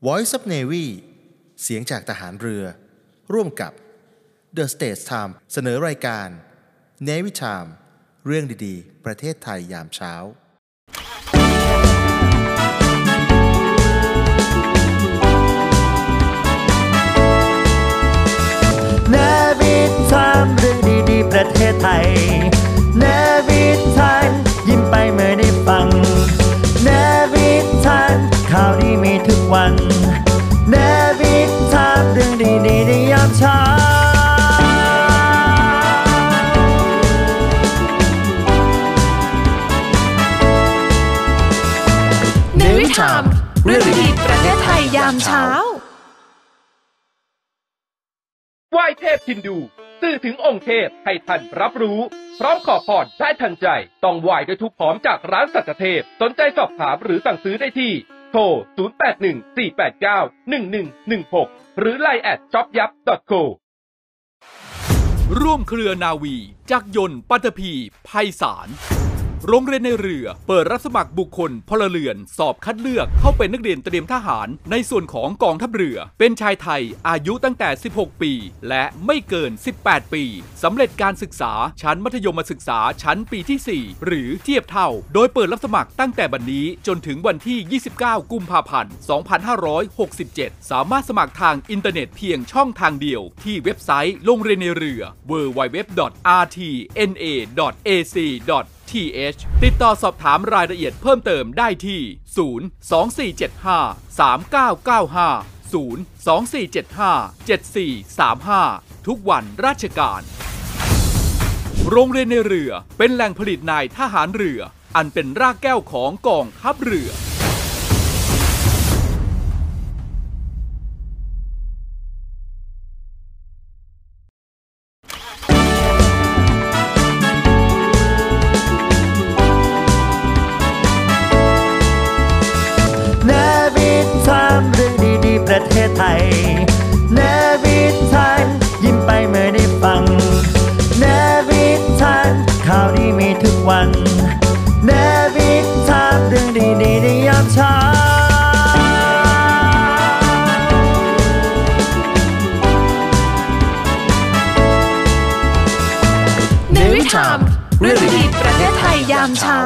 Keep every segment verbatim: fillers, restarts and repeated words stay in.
Voice of Navy เสียงจากทหารเรือร่วมกับ The States Time เสนอรายการ Navy Time เรื่องดีๆประเทศไทยยามเช้า Navy Time เรื่องดีๆประเทศไทย Navy Time ยิ้มไปเมื่อได้ฟัง Navy Time ข่าวดีมีทุกวัน Navy Time เรื่องดีๆในยามเช้า Navy Time เรื่องดีๆประเทศไทยยามเช้าไหว้เทพฮินดูสื่อถึงองค์เทพให้ท่านรับรู้พร้อมขอพรได้ทันใจต้องไหว้ด้วยทุกพร้อมจากร้านสัจเทพสนใจสอบถามหรือสั่งซื้อได้ที่โทร ศูนย์ แปด หนึ่ง สี่ แปด เก้า หนึ่ง หนึ่ง หนึ่ง หก หรือ ไลน์ แอท ช็อปยับ ดอท โคร่วมเครือนาวีจักรยนต์ปัตภีไพศาลโรงเรียนในเรือเปิดรับสมัครบุคคลพลเรือนสอบคัดเลือกเข้าเป็นนักเรียนเตรียมทหารในส่วนของกองทัพเรือเป็นชายไทยอายุตั้งแต่สิบหกปีและไม่เกินสิบแปดปีสำเร็จการศึกษาชั้นมัธยมศึกษาชั้นปีที่สี่หรือเทียบเท่าโดยเปิดรับสมัครตั้งแต่บัดนี้จนถึงวันที่ยี่สิบเก้ากุมภาพันธ์สองพันห้าร้อยหกสิบเจ็ดสามารถสมัครทางอินเทอร์เน็ตเพียงช่องทางเดียวที่เว็บไซต์โรงเรียนในเรือ ดับเบิลยู ดับเบิลยู ดับเบิลยู ดอท อาร์ ที เอ็น เอ ดอท เอ ซี ดอท ที เอช ติดต่อสอบถามรายละเอียดเพิ่มเติมได้ที่ ศูนย์ สอง สี่ เจ็ด ห้า สาม เก้า เก้า ห้า ศูนย์ สอง สี่ เจ็ด ห้า เจ็ด สี่ สาม ห้า ทุกวันราชการโรงเรียนในเรือเป็นแหล่งผลิตนายทหารเรืออันเป็นรากแก้วของกองทัพเรือประเทศไทย Navy Time ยิ้มไปเมื่อได้ฟัง Navy Time ข่าวดีมีทุกวัน Navy Time เรื่องดีๆในยามเช้า Navy Time เรื่องดีๆประเทศไทยยามเช้า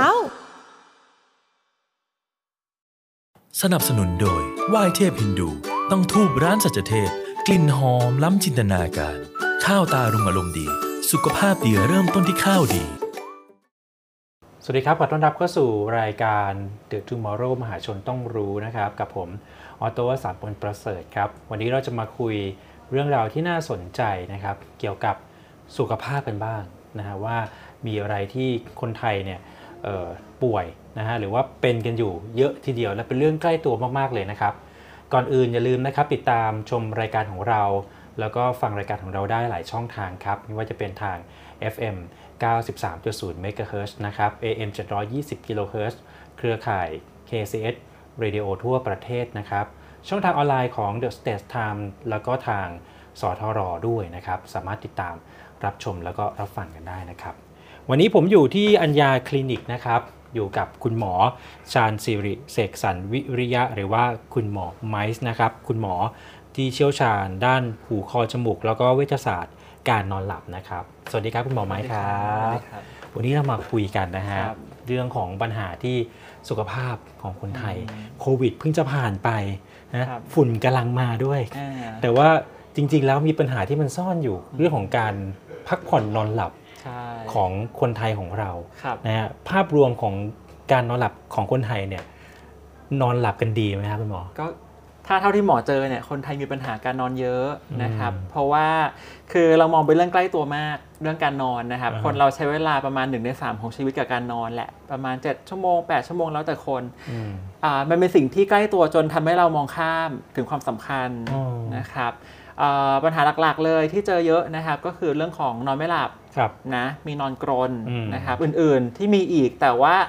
สนับสนุนโดยไหว้เทพฮินดูต้องทูบร้านสัจเทพกลิ่นหอมล้ำจินตนาการข้าวตารุงอารมณ์ดีสุขภาพดีเริ่มต้นที่ข้าวดีสวัสดีครับขอต้อนรับเข้าสู่รายการ The Tomorrow มหาชนต้องรู้นะครับกับผมออโต้วสันต์ ปนประเสริฐครับวันนี้เราจะมาคุยเรื่องราวที่น่าสนใจนะครับเกี่ยวกับสุขภาพกันบ้างนะฮะว่ามีอะไรที่คนไทยเนี่ยป่วยนะฮะหรือว่าเป็นกันอยู่เยอะทีเดียวและเป็นเรื่องใกล้ตัวมากๆเลยนะครับก่อนอื่นอย่าลืมนะครับติดตามชมรายการของเราแล้วก็ฟังรายการของเราได้หลายช่องทางครับไม่ว่าจะเป็นทาง เอฟ เอ็ม เก้าสิบสามจุดศูนย์ เมกะเฮิรตซ์นะครับ เอ เอ็ม เจ็ดร้อยยี่สิบ กิโลเฮิรตซ์เครือข่าย เค ซี เอส Radio ทั่วประเทศนะครับช่องทางออนไลน์ของ The States Time แล้วก็ทางสทรด้วยนะครับสามารถติดตามรับชมแล้วก็รับฟังกันได้นะครับวันนี้ผมอยู่ที่อัญญาคลินิกนะครับอยู่กับคุณหมอชาญศิริเสกสรรวิริยะหรือว่าคุณหมอไมซ์นะครับคุณหมอที่เชี่ยวชาญด้านหูคอจมูกแล้วก็เวชศาสตร์การนอนหลับนะครับสวัสดีครับคุณหมอไมซ์ครับวันนี้เรามาคุยกันนะฮะเรื่องของปัญหาที่สุขภาพของคนไทยโควิดเพิ่งจะผ่านไปนะฝุ่นกำลังมาด้วยแต่ว่าจริงๆแล้วมีปัญหาที่มันซ่อนอยู่เรื่องของการพักผ่อนนอนหลับของคนไทยของเรานะฮะภาพรวมของการนอนหลับของคนไทยเนี่ยนอนหลับกันดีไหมครับคุณหมอก็ถ้าเท่าที่หมอเจอเนี่ยคนไทยมีปัญหาการนอนเยอะนะครับเพราะว่าคือเรามองเป็นเรื่องใกล้ตัวมากเรื่องการนอนนะครับคนเราใช้เวลาประมาณหนึ่งในสามของชีวิตกับการนอนแหละประมาณเจ็ดชั่วโมงแปดชั่วโมงแล้วแต่คนอ่ามันเป็นสิ่งที่ใกล้ตัวจนทำให้เรามองข้ามถึงความสำคัญนะครับปัญหาหลักๆเลยที่เจอเยอะนะครับก็คือเรื่องของนอนไม่หลับนะมีนอนกรนนะครับอื่นๆที่มีอีกแต่ว่า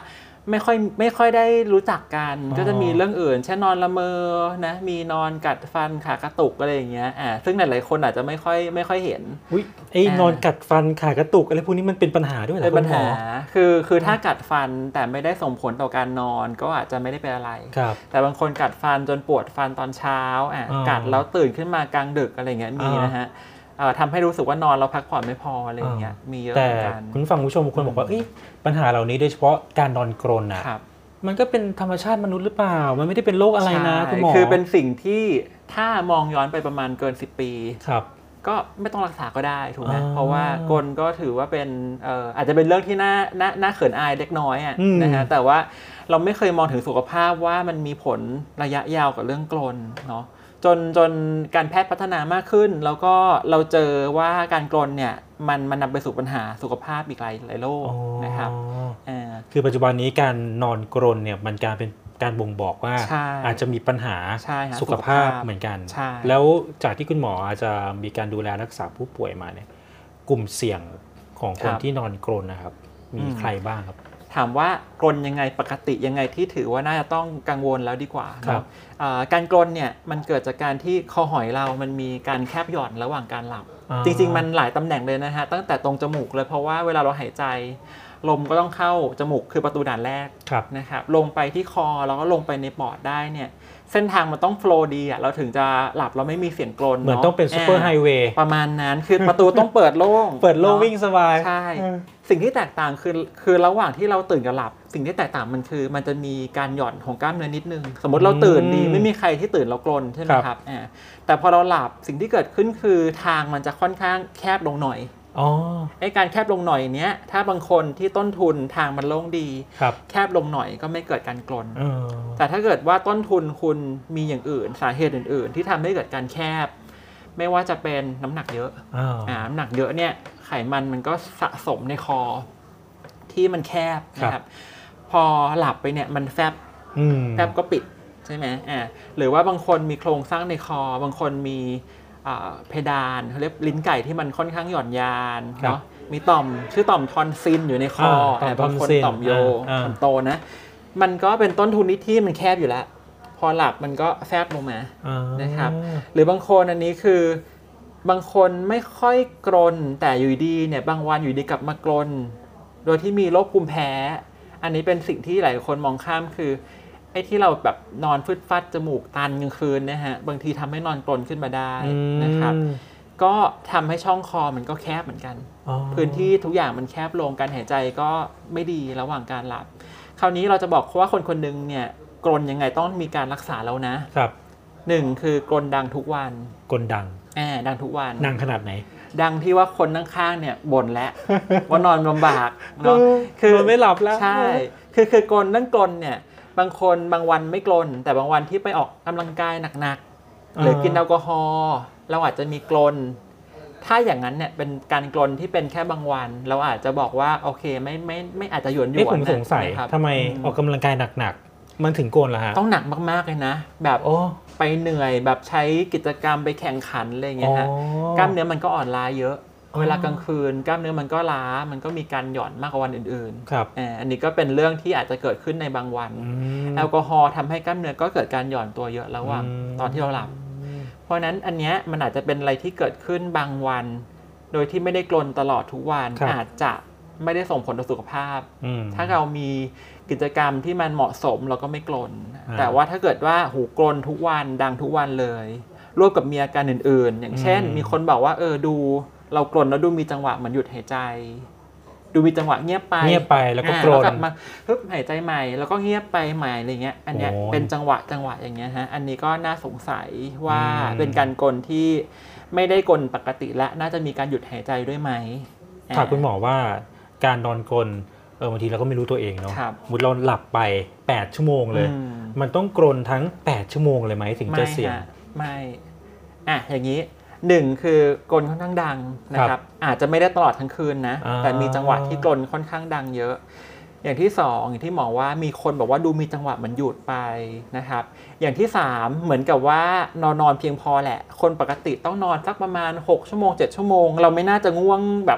ไม่ค่อยไม่ค่อยได้รู้จักกันก็จะมีเรื่องอื่นเช่นนอนละเมอนะมีนอนกัดฟันขากระตุกอะไรอย่างเงี้ยอ่าซึ่งหลายๆคนอาจจะไม่ค่อยไม่ค่อยเห็นอุ้ยไอ้นอนกัดฟันขากระตุกอะไรพวกนี้มันเป็นปัญหาด้วยเหรอเป็นปัญหาคือคือถ้ากัดฟันแต่ไม่ได้ส่งผลต่อการนอนก็อาจจะไม่ได้เป็นอะไรแต่บางคนกัดฟันจนปวดฟันตอนเช้าอ่ะกัดแล้วตื่นขึ้นมากลางดึกอะไรเงี้ยมีนะฮะทำให้รู้สึกว่านอนเราพักผ่อนไม่พออะไรอย่างเงี้ยมีเยอะเหมือนกันแต่คุณฟังผู้ชมบางคนบอกว่าปัญหาเหล่านี้โดยเฉพาะการนอนกรนนะมันก็เป็นธรรมชาติมนุษย์หรือเปล่ามันไม่ได้เป็นโรคอะไรนะคุณหมอคือเป็นสิ่งที่ถ้ามองย้อนไปประมาณเกินสิบปีก็ไม่ต้องรักษาก็ได้ถูกไหมเพราะว่ากรนก็ถือว่าเป็นอาจจะเป็นเรื่องที่น่าน่าเขินอายเล็กน้อยนะฮะแต่ว่าเราไม่เคยมองถึงสุขภาพว่ามันมีผลระยะยาวกับเรื่องกรนเนาะจนจนการแพทย์พัฒนามากขึ้นแล้วก็เราเจอว่าการกรนเนี่ยมันมันนำไปสู่ปัญหาสุขภาพอีกหลายหลายโรคนะครับคือปัจจุบันนี้การนอนกรนเนี่ยมันการเป็นการบ่งบอกว่าอาจจะมีปัญหาสุขภาพเหมือนกันแล้วจากที่คุณหมออาจจะมีการดูแลรักษาผู้ป่วยมาเนี่ยกลุ่มเสี่ยงของคนที่นอนกรนนะครับมีใครบ้างครับถามว่ากรนยังไงปกติยังไงที่ถือว่าน่าจะต้องกังวลแล้วดีกว่าครับการกรนเนี่ยมันเกิดจากการที่คอหอยเรามันมีการแคบหย่อนระหว่างการหลับจริงๆมันหลายตำแหน่งเลยนะฮะตั้งแต่ตรงจมูกเลยเพราะว่าเวลาเราหายใจลมก็ต้องเข้าจมูกคือประตูด่านแรกนะครับลงไปที่คอแล้วก็ลงไปในปอดได้เนี่ยเส้นทางมันต้องโฟลว์ดีอ่ะเราถึงจะหลับเราไม่มีเสียงกรนเหมือนต้องเป็นซูเปอร์ไฮเวย์ประมาณนั้นคือประตูต้องเปิดโล่งเปิดโล่งวิ่งสบายใช่สิ่งที่แตกต่างคือคือระหว่างที่เราตื่นกับหลับสิ่งที่แตกต่างมันคือมันจะมีการหย่อนของกล้ามเนื้อนิดนึงสมมติเราตื่นดีไม่มีใครที่ตื่นเรากรนใช่ไหมครับแต่พอเราหลับสิ่งที่เกิดขึ้นคือทางมันจะค่อนข้างแคบลงหน่อยไอ้การแคบลงหน่อยเนี้ยถ้าบางคนที่ต้นทุนทางมันโล่งดีแคบลงหน่อยก็ไม่เกิดการกรนแต่ถ้าเกิดว่าต้นทุนคุณมีอย่างอื่นสาเหตุอื่นๆที่ทำให้เกิดการแคบไม่ว่าจะเป็นน้ำหนักเยอะอ่าน้ำหนักเยอะเนี่ยไขมันมันก็สะสมในคอที่มันแคบนะครับพอหลับไปเนี่ยมันแฟบแฟบก็ปิดใช่ไหมอ่าหรือว่าบางคนมีโครงสร้างในคอบางคนมีเพดานเขาเรียกลิ้นไก่ที่มันค่อนข้างหย่อนยานเนาะมีต่อมชื่อต่อมทอนซิลอยู่ในคอบางคนต่อมโยต่อมโตนะมันก็เป็นต้นทุนที่มันแคบอยู่แล้วพอหลับมันก็แฟบลงมานะครับหรือบางคนอันนี้คือบางคนไม่ค่อยกรนแต่อยู่ดีเนี่ยบางวันอยู่ดีกลับมากรนโดยที่มีโรคภูมิแพ้อันนี้เป็นสิ่งที่หลายคนมองข้ามคือไอ้ที่เราแบบนอนฟึดฟัดจมูกตันกลางคืนนะฮะบางทีทำให้นอนกรนขึ้นมาได้นะครับก็ทำให้ช่องคอมันก็แคบเหมือนกันพื้นที่ทุกอย่างมันแคบลงการหายใจก็ไม่ดีระหว่างการหลับคราวนี้เราจะบอกว่าคนคนนึงเนี่ยกรนยังไงต้องมีการรักษาแล้วนะครับหนึ่งคือกรนดังทุกวันกรนดังแอบดังทุกวันดังขนาดไหนดังที่ว่าคนข้างๆเนี่ยบ่นแล้วว่านอนลำบากเนาะคือไม่หลับแล้วใช่คือคือกรนนั่งกรนเนี่ยบางคนบางวันไม่กรนแต่บางวันที่ไปออกกำลังกายหนักๆหรือกินแอลกอฮอล์เราอาจจะมีกรนถ้าอย่างนั้นเนี่ยเป็นการกรนที่เป็นแค่บางวันเราอาจจะบอกว่าโอเคไม่ไม่ไม่อาจจะหยวนหยวนผมสงสัยทำไมออกกำลังกายหนักๆมันถึงกรนล่ะฮะต้องหนักมากๆเลยนะแบบไปเหนื่อยแบบใช้กิจกรรมไปแข่งขันอะไรอย่างเงี้ยฮะกล้ามเนื้อมันก็อ่อนล้าเยอะเวลากลางคืนกล้ามเนื้อมันก็ล้ามันก็มีการหย่อนมากกว่าวันอื่นๆครับอันนี้ก็เป็นเรื่องที่อาจจะเกิดขึ้นในบางวันแอลกอฮอล์ทำให้กล้ามเนื้อก็เกิดการหย่อนตัวเยอะระหว่างตอนที่เราหลับเพราะนั้นอันเนี้ยมันอาจจะเป็นอะไรที่เกิดขึ้นบางวันโดยที่ไม่ได้กรนตลอดทุกวันอาจจะไม่ได้ส่งผลต่อสุขภาพถ้าเรามีกิจกรรมที่มันเหมาะสมเราก็ไม่กรนแต่ว่าถ้าเกิดว่าหูกรนทุกวันดังทุกวันเลยร่วมกับมีอาการอื่นๆอย่างเช่นมีคนบอกว่าเออดูเรากรนแล้วดูมีจังหวะเหมือนหยุดหายใจดูมีจังหวะเงียบไปเงียบไปแล้วก็กรนกลับมาปึ๊บหายใจใหม่แล้วก็เงียบไปใหม่อะไรเงี้ยอันเนี้ยเป็นจังหวะจังหวะอย่างเงี้ยฮะอันนี้ก็น่าสงสัยว่าเป็นการกรนที่ไม่ได้กรนปกติและน่าจะมีการหยุดหายใจด้วยไหมถามคุณหมอว่าการนอนกรนเออบางทีเราก็ไม่รู้ตัวเองเนาะสมมุติเราหลับไปแปดชั่วโมงเลยมันต้องกรนทั้งแปดชั่วโมงเลยไหมถึงจะเสี่ยงไม่อ่ะอย่างนี้หนึ่งคือกรนค่อนข้างดังนะครับอาจจะไม่ได้ตลอดทั้งคืนนะแต่มีจังหวะที่กรนค่อนข้างดังเยอะอย่างที่สองอย่างที่หมอว่ามีคนบอกว่าดูมีจังหวะเหมือนหยุดไปนะครับอย่างที่สามเหมือนกับว่านอนนอนเพียงพอแหละคนปกติต้องนอนสักประมาณหกชั่วโมงเจ็ดชั่วโมงเราไม่น่าจะง่วงแบบ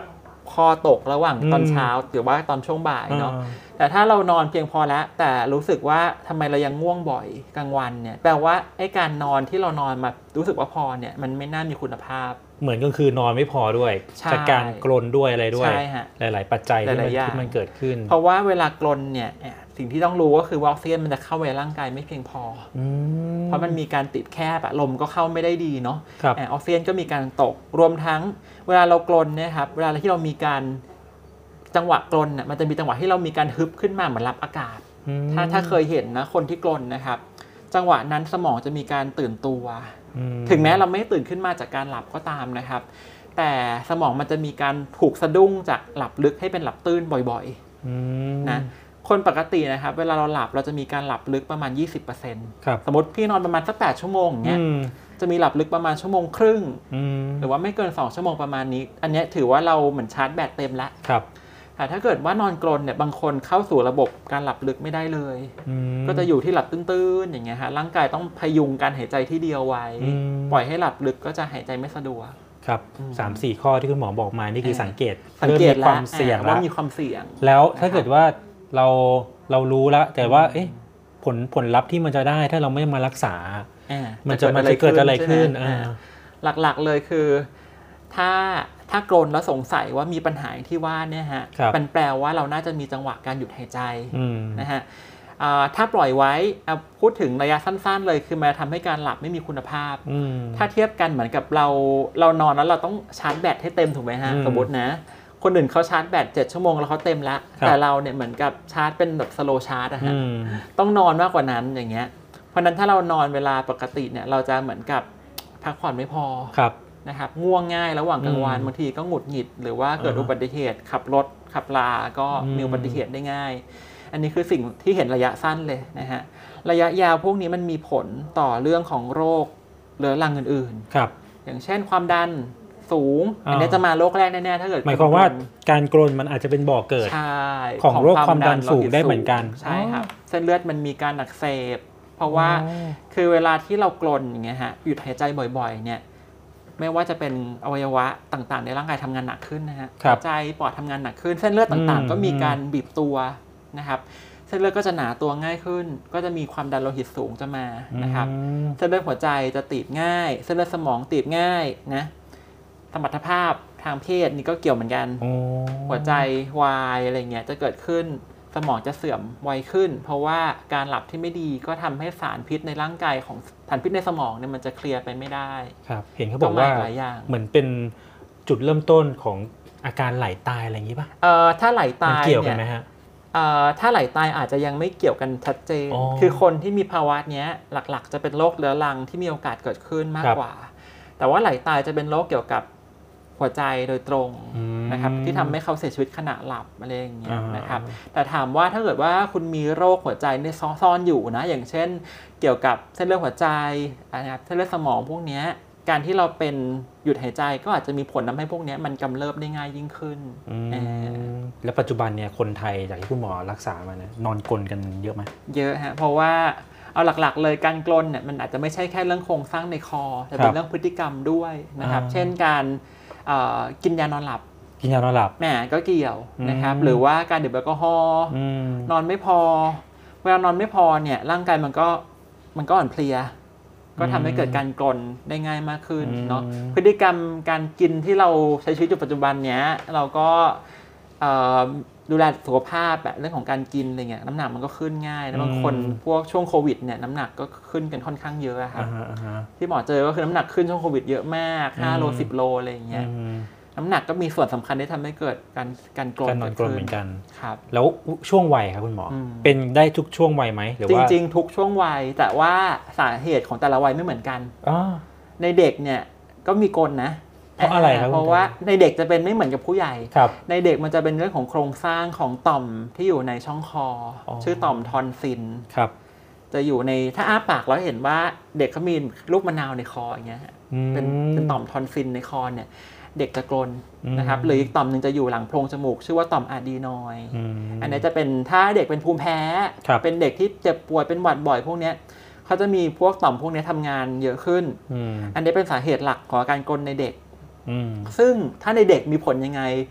คอตกระหว่างตอนเช้าหรือว่าตอนช่วงบ่ายเนาะแต่ถ้าเรานอนเพียงพอแล้วแต่รู้สึกว่าทำไมเรายังง่วงบ่อยกลางวันเนี่ยแปลว่าไอ้การนอนที่เรานอนมารู้สึกว่าพอเนี่ยมันไม่น่ามีคุณภาพเหมือนก็คือนอนไม่พอด้วยจากการกลนด้วยอะไรด้วยหลายๆปัจจัยที่มันที่มันเกิดขึ้นเพราะว่าเวลากลนเนี่ยสิ่งที่ต้องรู้ก็คือว่าออกซิเจนมันจะเข้าไปร่างกายไม่เพียงพอเพราะมันมีการติดแคบลมก็เข้าไม่ได้ดีเนาะออกซิเจนก็มีการตกรวมทั้งเวลาเรากลนเนี่ยครับเวลาที่เรามีการจังหวะกลนน่ะมันจะมีจังหวะที่เรามีการฮึบขึ้นมาเหมือนรับอากาศถ้าถ้าเคยเห็นนะคนที่กลนนะครับจังหวะนั้นสมองจะมีการตื่นตัวถึงแม้เราไม่ตื่นขึ้นมาจากการหลับก็ตามนะครับแต่สมองมันจะมีการถูกสะดุ้งจากหลับลึกให้เป็นหลับตื่นบ่อยๆนะคนปกตินะครับเวลาเราหลับเราจะมีการหลับลึกประมาณ ยี่สิบเปอร์เซ็นต์ สมมติพี่นอนประมาณสักแปดชั่วโมงอย่างเงี้ยจะมีหลับลึกประมาณชั่วโมงครึ่งหรือว่าไม่เกินสองชั่วโมงประมาณนี้อันนี้ถือว่าเราเหมือนชาร์จแบตเต็มแล้วแต่ถ้าเกิดว่านอนกรนเนี่ยบางคนเข้าสู่ระบบการหลับลึกไม่ได้เลยก็จะอยู่ที่หลับตื้นๆอย่างเงี้ยฮะร่างกายต้องพยุงการหายใจที่เดียวไว้ปล่อยให้หลับลึกก็จะหายใจไม่สะดวกครับ สามสี่ ข้อที่คุณหมอบอกมานี่คือสังเกตสังเกตความเสี่ยงว่ามีความเสี่ยงแล้วถ้าเกิดว่าเราเรารู้แล้วแต่ว่าเอ๊ะผลผลลัพธ์ที่มันจะได้ถ้าเราไม่มารักษามันจะมันจะเกิดอะไรขึ้นหลักๆเลยคือถ้าถ้ากรนแล้วสงสัยว่ามีปัญหาที่ว่าเนี่ยฮะมันแปลว่าเราน่าจะมีจังหวะการหยุดหายใจนะฮะถ้าปล่อยไว้พูดถึงระยะสั้นๆเลยคือมันทำให้การหลับไม่มีคุณภาพถ้าเทียบกันเหมือนกับเราเรานอนแล้วเราต้องชาร์จแบตให้เต็มถูกไหมฮะสมมตินะคนอื่นเขาชาร์จแบตเจ็ดชั่วโมงแล้วเขาเต็มแล้วแต่เราเนี่ยเหมือนกับชาร์จเป็นแบบสโลว์ชาร์จอะฮะต้องนอนมากกว่านั้นอย่างเงี้ยเพราะนั้นถ้าเรานอนเวลาปกติเนี่ยเราจะเหมือนกับพักผ่อนไม่พอนะครับง่วงง่ายระหว่างกลางวันบางทีก็หงุดหงิดหรือว่าเกิดอุบัติเหตุขับรถขับลาก็มีอุบัติเหตุได้ง่ายอันนี้คือสิ่งที่เห็นระยะสั้นเลยนะฮะระยะยาวพวกนี้มันมีผลต่อเรื่องของโรคเรื้อรังอื่นๆอย่างเช่นความดันสูงอันนี้จะมาโรคแรกแน่ๆถ้าเกิดหมายความว่าการกรนมันอาจจะเป็นบ่อเกิดของโรคความดันสูงได้เหมือนกันใช่ครับเส้นเลือดมันมีการอักเสบเพราะว่าคือเวลาที่เรากรนอย่างเงี้ยฮะหยุดหายใจบ่อยๆเนี่ยไม่ว่าจะเป็นอวัยวะต่างๆในร่างกายทำงานหนักขึ้นนะฮะหัวใจปอดทำงานหนักขึ้นเส้นเลือดต่างๆก็มีการบีบตัวนะครับเส้นเลือดก็จะหนาตัวง่ายขึ้นก็จะมีความดันโลหิตสูงจะมานะครับเส้นเลือดหัวใจจะตีบง่ายเส้นเลือดสมองตีบง่ายนะสมรรถภาพทางเพศนี่ก็เกี่ยวเหมือนกันหัวใจวายอะไรเงี้ยจะเกิดขึ้นสมองจะเสื่อมไวขึ้นเพราะว่าการหลับที่ไม่ดีก็ทำให้สารพิษในร่างกายของสารพิษในสมองเนี่ยมันจะเคลียร์ไปไม่ได้ครับเห็นเขาบอกว่าเหมือนเป็นจุดเริ่มต้นของอาการไหลตายอะไรอย่างนี้ป่ะเอ่อถ้าไหลตายเกี่ยวกันไหมฮะเอ่อถ้าไหลตายอาจจะยังไม่เกี่ยวกันชัดเจนคือคนที่มีภาวะเนี้ยหลักๆจะเป็นโรคเรื้อรังที่มีโอกาสเกิดขึ้นมากกว่าแต่ว่าไหลตายจะเป็นโรคเกี่ยวกับหัวใจโดยตรงนะครับที่ทำให้เขาเสียชีวิตขณะหลับอะไรอย่างเงี้ยนะครับแต่ถามว่าถ้าเกิดว่าคุณมีโรคหัวใจในซ่อนอยู่นะอย่างเช่นเกี่ยวกับเส้นเลือดหัวใจนะครับเส้นเลือดสมองพวกนี้การที่เราเป็นหยุดหายใจก็อาจจะมีผลทำให้พวกนี้มันกำเริบได้ง่ายยิ่งขึ้นแล้วปัจจุบันเนี่ยคนไทยจากที่คุณหมอรักษามาเนี่ยนอนกรนกันเยอะไหมเยอะฮะเพราะว่าเอาหลักๆเลยการกรนเนี่ยมันอาจจะไม่ใช่แค่เรื่องโครงสร้างในคอแต่เป็นเรื่องพฤติกรรมด้วยนะครับเช่นการกินยานอนหลับกินยานอนหลับแหมก็เกี่ยวนะครับหรือว่าการดื่มแอลกอฮอล์นอนไม่พอเวลานอนไม่พอเนี่ยร่างกายมันก็มันก็อ่อนเพลียก็ทำให้เกิดการกรนได้ง่ายมากขึ้นเนาะพฤติกรรมการกินที่เราใช้ชีวิตอยู่ปัจจุบันเนี้ยเราก็ดูแลสุขภาพแบบเรื่องของการกินอะไรเงี้ยน้ำหนักมันก็ขึ้นง่ายแล้วบางคนพวกช่วงโควิดเนี่ยน้ำหนักก็ขึ้นกันค่อนข้างเยอะครับที่หมอเจอก็คือน้ำหนักขึ้นช่วงโควิดเยอะมากห้าโลสิบโลอะไรอย่างเงี้ยน้ำหนักก็มีส่วนสำคัญที่ทำให้เกิดการการกรนการนอนกรนเหมือนกันครับแล้วช่วงวัยครับคุณหมอเป็นได้ทุกช่วงวัยไหมหรือว่าจริงๆทุกช่วงวัยแต่ว่าสาเหตุของแต่ละวัยไม่เหมือนกันในเด็กเนี่ยก็มีกรนนะเพราะอะไรครับเพราะว่าในเด็กจะเป็นไม่เหมือนกับผู้ใหญ่ในเด็กมันจะเป็นเรื่องของโครงสร้างของต่อมที่อยู่ในช่องคอชื่อต่อมทอนซิลจะอยู่ในถ้าอ้าปากแล้วเห็นว่าเด็กเขามีลูกมะนาวในคออย่างเงี้ยเป็นเป็นต่อมทอนซิลในคอเนี่ยเด็กจะกรนนะครับหรืออีกต่อมนึงจะอยู่หลังโพรงจมูกชื่อว่าต่อมอะดีนอยด์อันนี้จะเป็นถ้าเด็กเป็นภูมิแพ้เป็นเด็กที่เจ็บป่วยเป็นหวัดบ่อยพวกนี้เขาจะมีพวกต่อมพวกนี้ทำงานเยอะขึ้นอันนี้เป็นสาเหตุหลักของการกรนในเด็กซึ่งถ้าในเด็กมีผลยังไง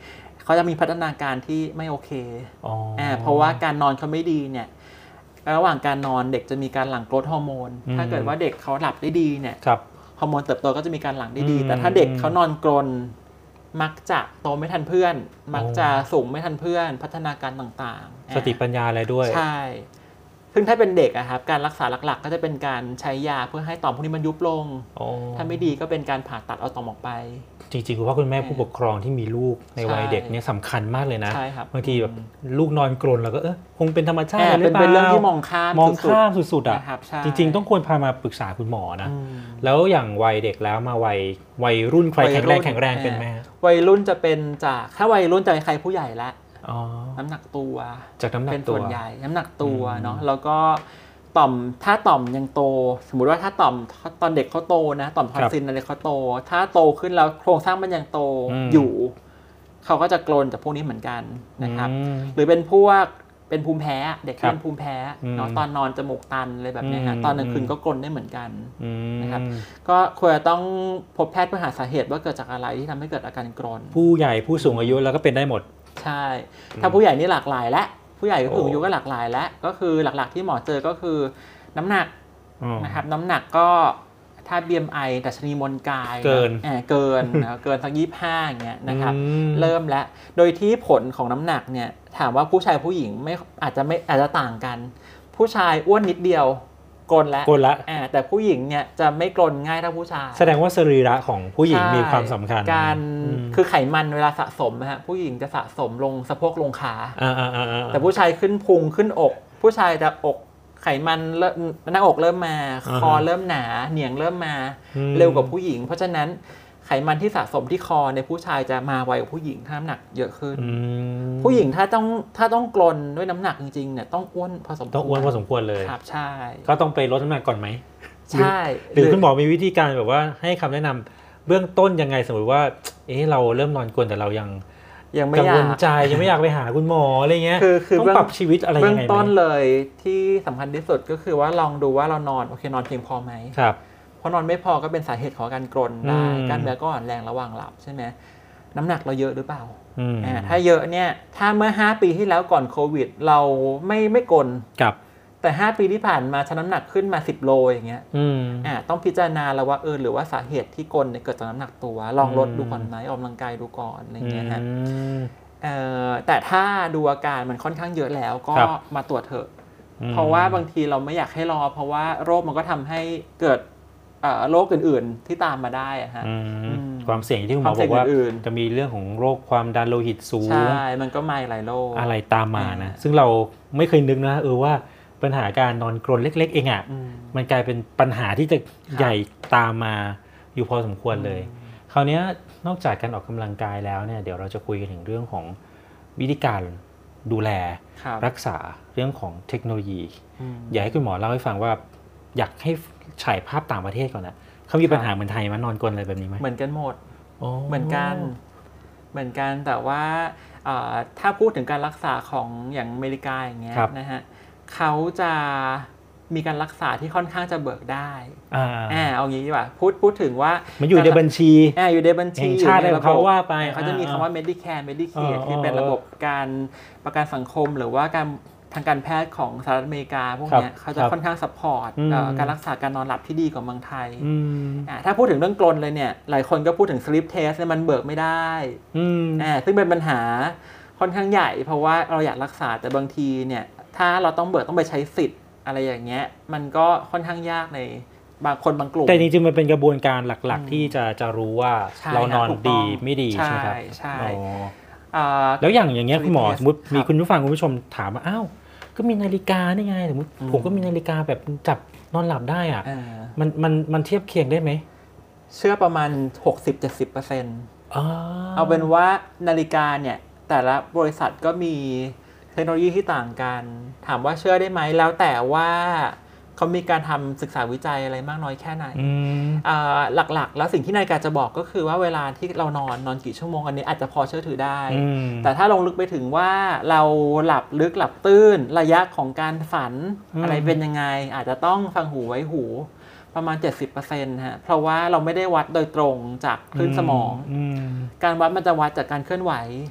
เขาจะมีพัฒนาการที่ไม่โอเคอ๋อเพราะว่าการนอนเขาไม่ดีเนี่ยระหว่างการนอนเด็กจะมีการหลั่งโกรทฮอร์โมนถ้าเกิดว่าเด็กเขาหลับได้ดีเนี่ยฮอร์โมนเติบโตก็จะมีการหลั่งได้ดีแต่ถ้าเด็กเขานอนกรนมักจะโตไม่ทันเพื่อนมักจะสูงไม่ทันเพื่อนพัฒนาการต่างๆสติปัญญาอะไรด้วยใช่ซึ่งถ้าเป็นเด็กอะครับการรักษาหลักๆก็จะเป็นการใช้ยาเพื่อให้ต่อมพวกนี้มันยุบลงถ้าไม่ดีก็เป็นการผ่าตัดเอาต่อมออกไปจริงๆคุณพ่อคุณแม่ผู้ปกครองที่มีลูกในวัยเด็กเนี่ยสำคัญมากเลยนะบางทีแบบลูกนอนกรนแล้วก็เออคงเป็นธรรมชาติหรือเปล่าเป็นเรื่องที่มองข้ามมองข้ามสุดๆอ่ะจริงๆต้องควรพามาปรึกษาคุณหมอนะแล้วอย่างวัยเด็กแล้วมาวัยวัยรุ่นใครแข็งแรงแข็งแรงเป็นไหมวัยรุ่นจะเป็นจากถ้าวัยรุ่นจะเป็นใครผู้ใหญ่ละน้ำหนักตัวจากน้ำหนักตัวเป็นส่วนใหญ่น้ำหนักตัวเนาะแล้วก็ต่อมถ้าต่อมยังโตสมมุติว่าถ้าต่อมตอนเด็กเขาโตนะต่อมทอนซิลอะไรเขาโตถ้าโตขึ้นแล้วโครงสร้างมันยังโตอยู่เขาก็จะกรนจากพวกนี้เหมือนกันนะครับหรือเป็นพวกเป็นภูมิแพ้เด็กที่เป็นภูมิแพ้เนาะตอนนอนจมูกตันอะไรแบบนี้ฮะตอนกลางคืนก็กรนได้เหมือนกันนะครับก็ควรจะต้องพบแพทย์เพื่อหาสาเหตุว่าเกิดจากอะไรที่ทำให้เกิดอาการกรนผู้ใหญ่ผู้สูงอายุแล้วก็เป็นได้หมดใช่ถ้าผู้ใหญ่นี่หลากหลายและผู้ใหญ่ก็คืออายุก็หลากหลายแล้วก็คือหลักๆที่หมอเจอก็คือน้ำหนักนะครับน้ำหนักก็ถ้า บี เอ็ม ไอ ดัชนีมวลกายเกินเกินเกินสักยี่สิบห้าอย่างเงี้ยนะครับเริ่มแล้วโดยที่ผลของน้ำหนักเนี่ยถามว่าผู้ชายผู้หญิงไม่อาจจะไม่อาจจะต่างกันผู้ชายอ้วนนิดเดียวกรนแล้วกรนแล้วแต่ผู้หญิงเนี่ยจะไม่กรนง่ายเท่าผู้ชายแสดงว่าสรีระของผู้หญิงมีความสำคัญการคือไขมันเวลาสะสมนะฮะผู้หญิงจะสะสมลงสะโพกลงขาแต่ผู้ชายขึ้นพุงขึ้นอกผู้ชายจะอกไขมันหน้าอกเริ่มมาคอเริ่มหนาเหนียงเริ่มมาเร็วกว่าผู้หญิงเพราะฉะนั้นไขมันที่สะสมที่คอในผู้ชายจะมาไวกว่าผู้หญิงถ้าน้ำหนักเยอะขึ้นผู้หญิงถ้าต้องถ้าต้องกรนด้วยน้ำหนักจริงๆเนี่ยต้องอ้วนพอสมควรต้องอ้วนพอสมควรเลยครับใช่ก็ต้องไปลดน้ำหนักก่อนไหมใช่หรือคุณหมอมีวิธีการแบบว่าให้คำแนะนำเบื้องต้นยังไงสมมติว่าเอ๊ะเราเริ่มนอนกรนแต่เรายังยังไม่อยากใจยังไม่อยากไปหาคุณหมออะไรเงี้ยต้องปรับชีวิตอะไรยังไงเบื้องต้นเลยที่สำคัญที่สุดก็คือว่าลองดูว่าเรานอนโอเคนอนเพียงพอไหมครับเพราะนอนไม่พอก็เป็นสาเหตุของการกรนได้กล้ามเนื้อก็อ่อนแรงระหว่างหลับใช่ไหมน้ำหนักเราเยอะหรือเปล่าอ่าถ้าเยอะเนี่ยถ้าเมื่อห้าปีที่แล้วก่อนโควิดเราไม่ไม่กรนครับแต่ห้าปีที่ผ่านมาชั่นน้ำหนักขึ้นมาสิบโลอย่างเงี้ยอ่าต้องพิจารณาแล้วว่าเออหรือว่าสาเหตุที่กรนเนี่ยเกิดจากน้ำหนักตัวลองลดดูก่อนไหมออกกำลังกายดูก่อนอะไรเงี้ยฮะแต่ถ้าดูอาการมันค่อนข้างเยอะแล้วก็มาตรวจเถอะเพราะว่าบางทีเราไม่อยากให้รอเพราะว่าโรคมันก็ทำให้เกิดโรคอื่นๆที่ตามมาได้อะฮะความเสี่ยงที่คุณหมอบอกว่าจะมีเรื่องของโรคความดันโลหิตสูงใช่มันก็มาหลายโรคอะไรตามมานะซึ่งเราไม่เคยนึกนะเออว่าปัญหาการนอนกรนเล็กๆเองอ่ะมันกลายเป็นปัญหาที่จะใหญ่ตามมาอยู่พอสมควรเลยคราวนี้นอกจากการออกกำลังกายแล้วเนี่ยเดี๋ยวเราจะคุยกันถึงเรื่องของวิธีการดูแลรักษาเรื่องของเทคโนโลยีอยากให้คุณหมอเล่าให้ฟังว่าอยากให้ฉายภาพต่างประเทศก่อนนะเขามีปัญหาเหมือนไทยมั้ยนอนกรนอะไรแบบนี้ไหมเหมือนกันหมดเหมือนกันเหมือนกันแต่ว่าถ้าพูดถึงการรักษาของอย่างอเมริกาอย่างเงี้ยนะฮะเขาจะมีการรักษาที่ค่อนข้างจะเบิกได้อ่าเอางี้ดีกว่าพูดพูดถึงว่ามันอยู่ในบัญชีอ่าอยู่ในบัญชีชาติเขาว่าไปเขาจะมีคำว่า Medicare Medicaid ที่เป็นระบบการประกันสังคมหรือว่าการทางการแพทย์ของสหรัฐอเมริกาพวกนี้เขาจะค่อนข้างซัพพอร์ตการรักษาการนอนหลับที่ดีกว่าเมืองไทยถ้าพูดถึงเรื่องกรนเลยเนี่ยหลายคนก็พูดถึง sleep test เนี่ยมันเบิกไม่ได้อ่าซึ่งเป็นปัญหาค่อนข้างใหญ่เพราะว่าเราอยากรักษาแต่บางทีเนี่ยถ้าเราต้องเบิกต้องไปใช้สิทธิ์อะไรอย่างเงี้ยมันก็ค่อนข้างยากในบางคนบางกลุ่มแต่จริงๆมันเป็นกระบวนการหลักๆที่จะจะรู้ว่าเรานอนดีไม่ดีใช่ไหมครับใช่แล้วอย่างอย่างเงี้ยคุณหมอสมมติมีคุณผู้ฟังคุณผู้ชมถามว่าอ้าวก็มีนาฬิกานี่ไงสมมติผมก็มีนาฬิกาแบบจับนอนหลับได้อ่ะมันมันมันเทียบเคียงได้ไหมเชื่อประมาณ หกสิบถึงเจ็ดสิบเปอร์เซ็นต์ เอาเป็นว่านาฬิกาเนี่ยแต่ละบริษัทก็มีเทคโนโลยีที่ต่างกันถามว่าเชื่อได้ไหมแล้วแต่ว่าเขามีการทำศึกษาวิจัยอะไรมากน้อยแค่ไหนหลักๆแล้วสิ่งที่นาฬิกาจะบอกก็คือว่าเวลาที่เรานอนนอนกี่ชั่วโมงอันนี้อาจจะพอเชื่อถือได้แต่ถ้าลงลึกไปถึงว่าเราหลับลึกหลับตื้นระยะของการฝันอะไรเป็นยังไงอาจจะต้องฟังหูไว้หูประมาณ เจ็ดสิบเปอร์เซ็นต์ ฮะเพราะว่าเราไม่ได้วัดโดยตรงจากคลื่นสมองการวัดมันจะวัดจากการเคลื่อนไหว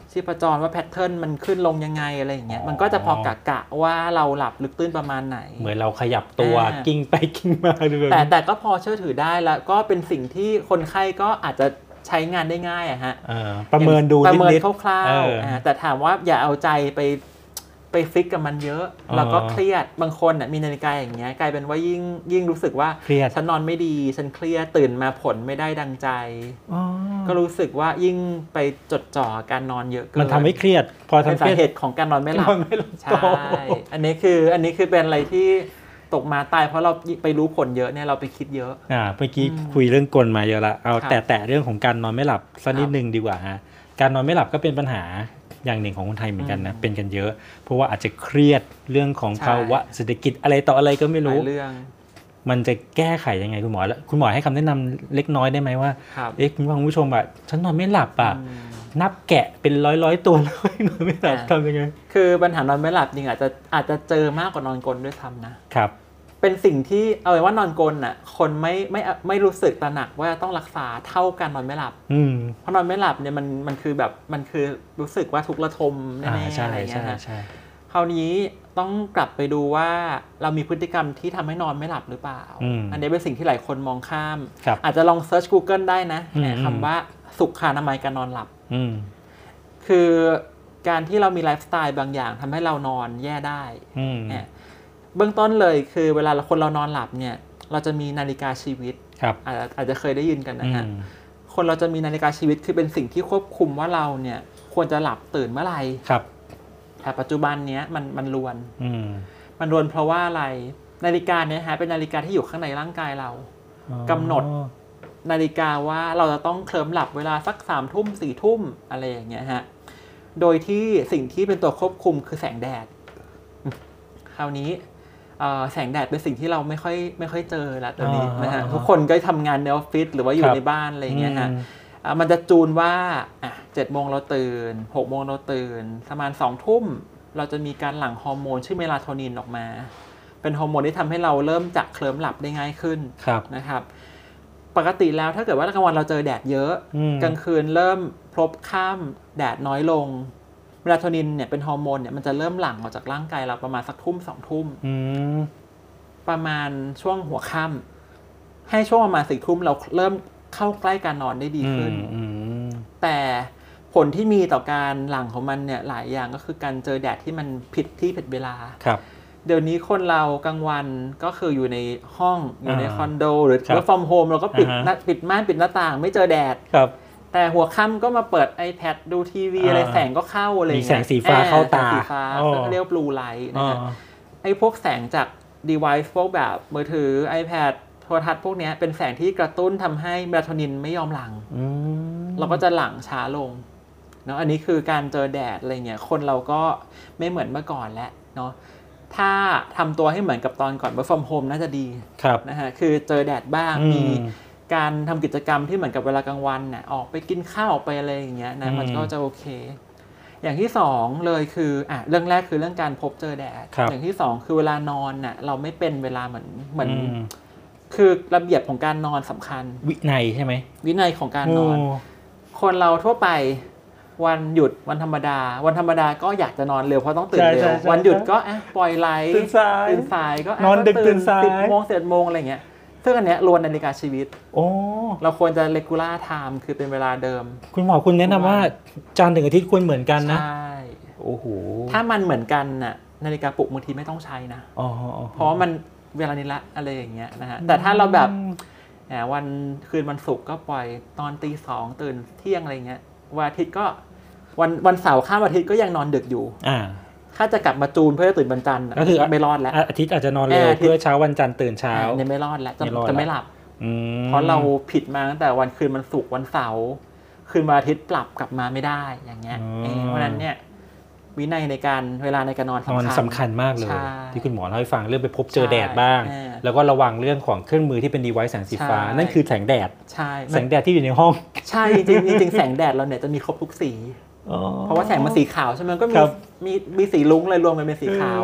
ชีพจรว่าแพทเทิร์นมันขึ้นลงยังไงอะไรอย่างเงี้ยมันก็จะพอกะกะว่าเราหลับลึกตื้นประมาณไหนเหมือนเราขยับตัวกิ้งไปกิ้งมาเลยแต่แต่ก็พอเชื่อถือได้แล้วก็เป็นสิ่งที่คนไข้ก็อาจจะใช้งานได้ง่ายอะฮะประเมินดูประเมินคร่าวๆแต่ถามว่าอย่าเอาใจไปไปฟิกกับมันเยอะแล้วก็เครียดบางคนมีนาฬิกาอย่างเงี้ยกลายเป็นว่ายิ่งยิ่งรู้สึกว่าฉันนอนไม่ดีฉันเครียดตื่นมาผลไม่ได้ดังใจก็รู้สึกว่ายิ่งไปจดจ่อการนอนเยอะเกินมันทำให้เครียดพอทำเป็นสาเหตุของการนอนไม่หลับใช่อันนี้คืออันนี้คือเป็นอะไรที่ตกมาตายเพราะเราไปรู้ผลเยอะเนี่ยเราไปคิดเยอะอ่าเมื่อกี้คุยเรื่องกลมาเยอะละเอาแต่แต่เรื่องของการนอนไม่หลับสักนิดนึงดีกว่าฮะการนอนไม่หลับก็เป็นปัญหาอย่างหนึ่งของคนไทยเหมือนกันนะเป็นกันเยอะเพราะว่าอาจจะเครียดเรื่องของภาวะเศรษฐกิจอะไรต่ออะไรก็ไม่รู้เรื่องมันจะแก้ไขยังไงคุณหมอแล้วคุณหมอให้คำแนะนำเล็กน้อยได้ไหมว่าเอ๊ะคุณผู้ชมอ่ะฉันนอนไม่หลับอ่ะนับแกะเป็นร้อยร้อยตัวแล้วนอนไม่หลับทำยังไงคือปัญหานอนไม่หลับจริงอาจจะอาจจะเจอมากกว่านอนกลด้วยซ้ำนะครับเป็นสิ่งที่เอาไว้ว่านอนกลน่ะคนไม่ไม่ไม่รู้สึกตระหนักว่าต้องรักษาเท่ากันนอนไม่หลับเพราะนอนไม่หลับเนี่ยมันมันคือแบบมันคือรู้สึกว่าทุกข์ระทมแน่ๆอะไรเงี้ยนะคราวนี้ต้องกลับไปดูว่าเรามีพฤติกรรมที่ทำให้นอนไม่หลับหรือเปล่าอันนี้เป็นสิ่งที่หลายคนมองข้ามอาจจะลองเซิร์ช Google ได้นะคำว่าสุขอนามัยการนอนหลับคือการที่เรามีไลฟ์สไตล์บางอย่างทำให้เรานอนแย่ได้เนี่ยเบื้องต้นเลยคือเวลาคนเรานอนหลับเนี่ยเราจะมีนาฬิกาชีวิตอาจจะอาจจะเคยได้ยินกันนะฮะคนเราจะมีนาฬิกาชีวิตคือเป็นสิ่งที่ควบคุมว่าเราเนี่ยควรจะหลับตื่นเมื่อไหร่แต่ปัจจุบันเนี้ยมันมันรวนมันรวนเพราะว่าอะไรนาฬิกาเนี่ยฮะเป็นนาฬิกาที่อยู่ข้างในร่างกายเรากำหนดนาฬิกาว่าเราจะต้องเคลิ้มหลับเวลาสักสามทุ่มสี่ทุ่มอะไรอย่างเงี้ยฮะโดยที่สิ่งที่เป็นตัวควบคุมคือแสงแดดคราวนี้แสงแดดเป็นสิ่งที่เราไม่ค่อยไม่ค่อยเจอแล้วตอนนี้นะฮะทุกคนก็ทำงานในออฟฟิศหรือว่าอยู่ในบ้านอะไรอย่างเงี้ยฮะมันจะจูนว่าอ่ะเจ็ดโมงเราตื่นหกโมงเราตื่นประมาณสองทุ่มเราจะมีการหลั่งฮอร์โมนชื่อเมลาโทนินออกมาเป็นฮอร์โมนที่ทำให้เราเริ่มจะเคลิ้มหลับได้ง่ายขึ้นนะครับปกติแล้วถ้าเกิดว่ากลางวันเราเจอแดดเยอะกลางคืนเริ่มพลบค่ำแดดน้อยลงเมลาโทนินเนี่ยเป็นฮอร์โมนเนี่ยมันจะเริ่มหลั่งออกจากร่างกายเราประมาณสักทุ่มสองทุ่มประมาณช่วงหัวค่ำให้ช่วงประมาณสี่ทุ่มเราเริ่มเข้าใกล้การนอนได้ดีขึ้นแต่ผลที่มีต่อการหลั่งของมันเนี่ยหลายอย่างก็คือการเจอแดดที่มันผิดที่ผิดเวลาเดี๋ยวนี้คนเรากลางวันก็คืออยู่ในห้องอยู่ในคอนโดหรือ work from home เราก็ปิดปิดม่านปิดหน้าต่างไม่เจอแดดแต่หัวค่ำก็มาเปิด iPad ดูทีวีอะไรแสงก็เข้าอะไรอย่างเงี้ยมีแสงสีฟ้าเข้าตาสีฟ้าเรียก blue light นะฮะไอ้พวกแสงจาก device พวกแบบมือถือ iPad โทรทัศน์พวกนี้เป็นแสงที่กระตุ้นทำให้เมลาโทนินไม่ยอมหลั่งเราก็จะหลั่งช้าลงเนาะอันนี้คือการเจอแดดอะไรเงี้ยคนเราก็ไม่เหมือนเมื่อก่อนแล้วเนาะถ้าทำตัวให้เหมือนกับตอนก่อน work from home น่าจะดีนะฮะคือเจอแดดบ้างมีการทำกิจกรรมที่เหมือนกับเวลากลางวันน่ะออกไปกินข้าวออกไปอะไรอย่างเงี้ยนะมันก็จะโอเคอย่างที่สองเลยคืออ่ะเรื่องแรกคือเรื่องการพบเจอแดดอย่างที่สองคือเวลานอนน่ะเราไม่เป็นเวลาเหมือนเหมือนคือระเบียบของการนอนสำคัญวินัยใช่ไหมวินัยของการนอนคนเราทั่วไปวันหยุดวันธรรมดาวันธรรมดาก็อยากจะนอนเร็วเพราะต้องตื่นเร็ววันหยุดก็อ่ะปล่อยไหลตื่นสายตื่นสายก็นอนดึกตื่นสายสิบโมงสิบเอ็ดโมงอะไรเงี้ยซึ่งอันเนี้ยรวนนาฬิกาชีวิตโอ้เราควรจะ regular time คือเป็นเวลาเดิมคุณหมอคุณแนะนำว่าจันทร์ถึงอาทิตย์ควรเหมือนกันนะใช่โอ้โหถ้ามันเหมือนกันน่ะนาฬิกาปลุกบางทีไม่ต้องใช้นะอ๋อเพราะมันเวลานี้ละอะไรอย่างเงี้ยนะฮะแต่ถ้าเราแบบแหมวันคืนวันศุกร์ก็ปล่อยตอนตีสองตื่นเที่ยงอะไรเงี้ยวันอาทิตย์ก็วันวันเสาร์ข้ามอาทิตย์ก็ยังนอนดึกอยู่อ่าถ้าจะกลับมาจูนเพื่อตื่นวันจันทร์ก็คือไม่รอดแล้วอาทิตย์อาจจะนอนเร็วเพื่อเช้าวันจันทร์ตื่นเช้าเนี่ยไม่รอดแล้วจะจะไม่หลับเพราะเราผิดมาตั้งแต่วันคืนวันศุกร์วันเสาร์คืนวันอาทิตย์ปรับกลับมาไม่ได้อย่างเงี้ยเพราะนั้นเนี่ยวินัยในการเวลาในการนอนสำคัญสำคัญมากเลยที่คุณหมอเล่าให้ฟังเรื่องไปพบเจอแดดบ้างแล้วก็ระวังเรื่องของเครื่องมือที่เป็นดีไวซ์แสงสีฟ้านั่นคือแสงแดดใช่แสงแดดที่อยู่ในห้องใช่จริงจริงแสงแดดเราเนี่ยจะมีครบทุกสีเพราะว่าแสงมันสีขาวใช่ไหมก็มีมีมีสีลุ้งเลยรวมกันเป็นสีขาว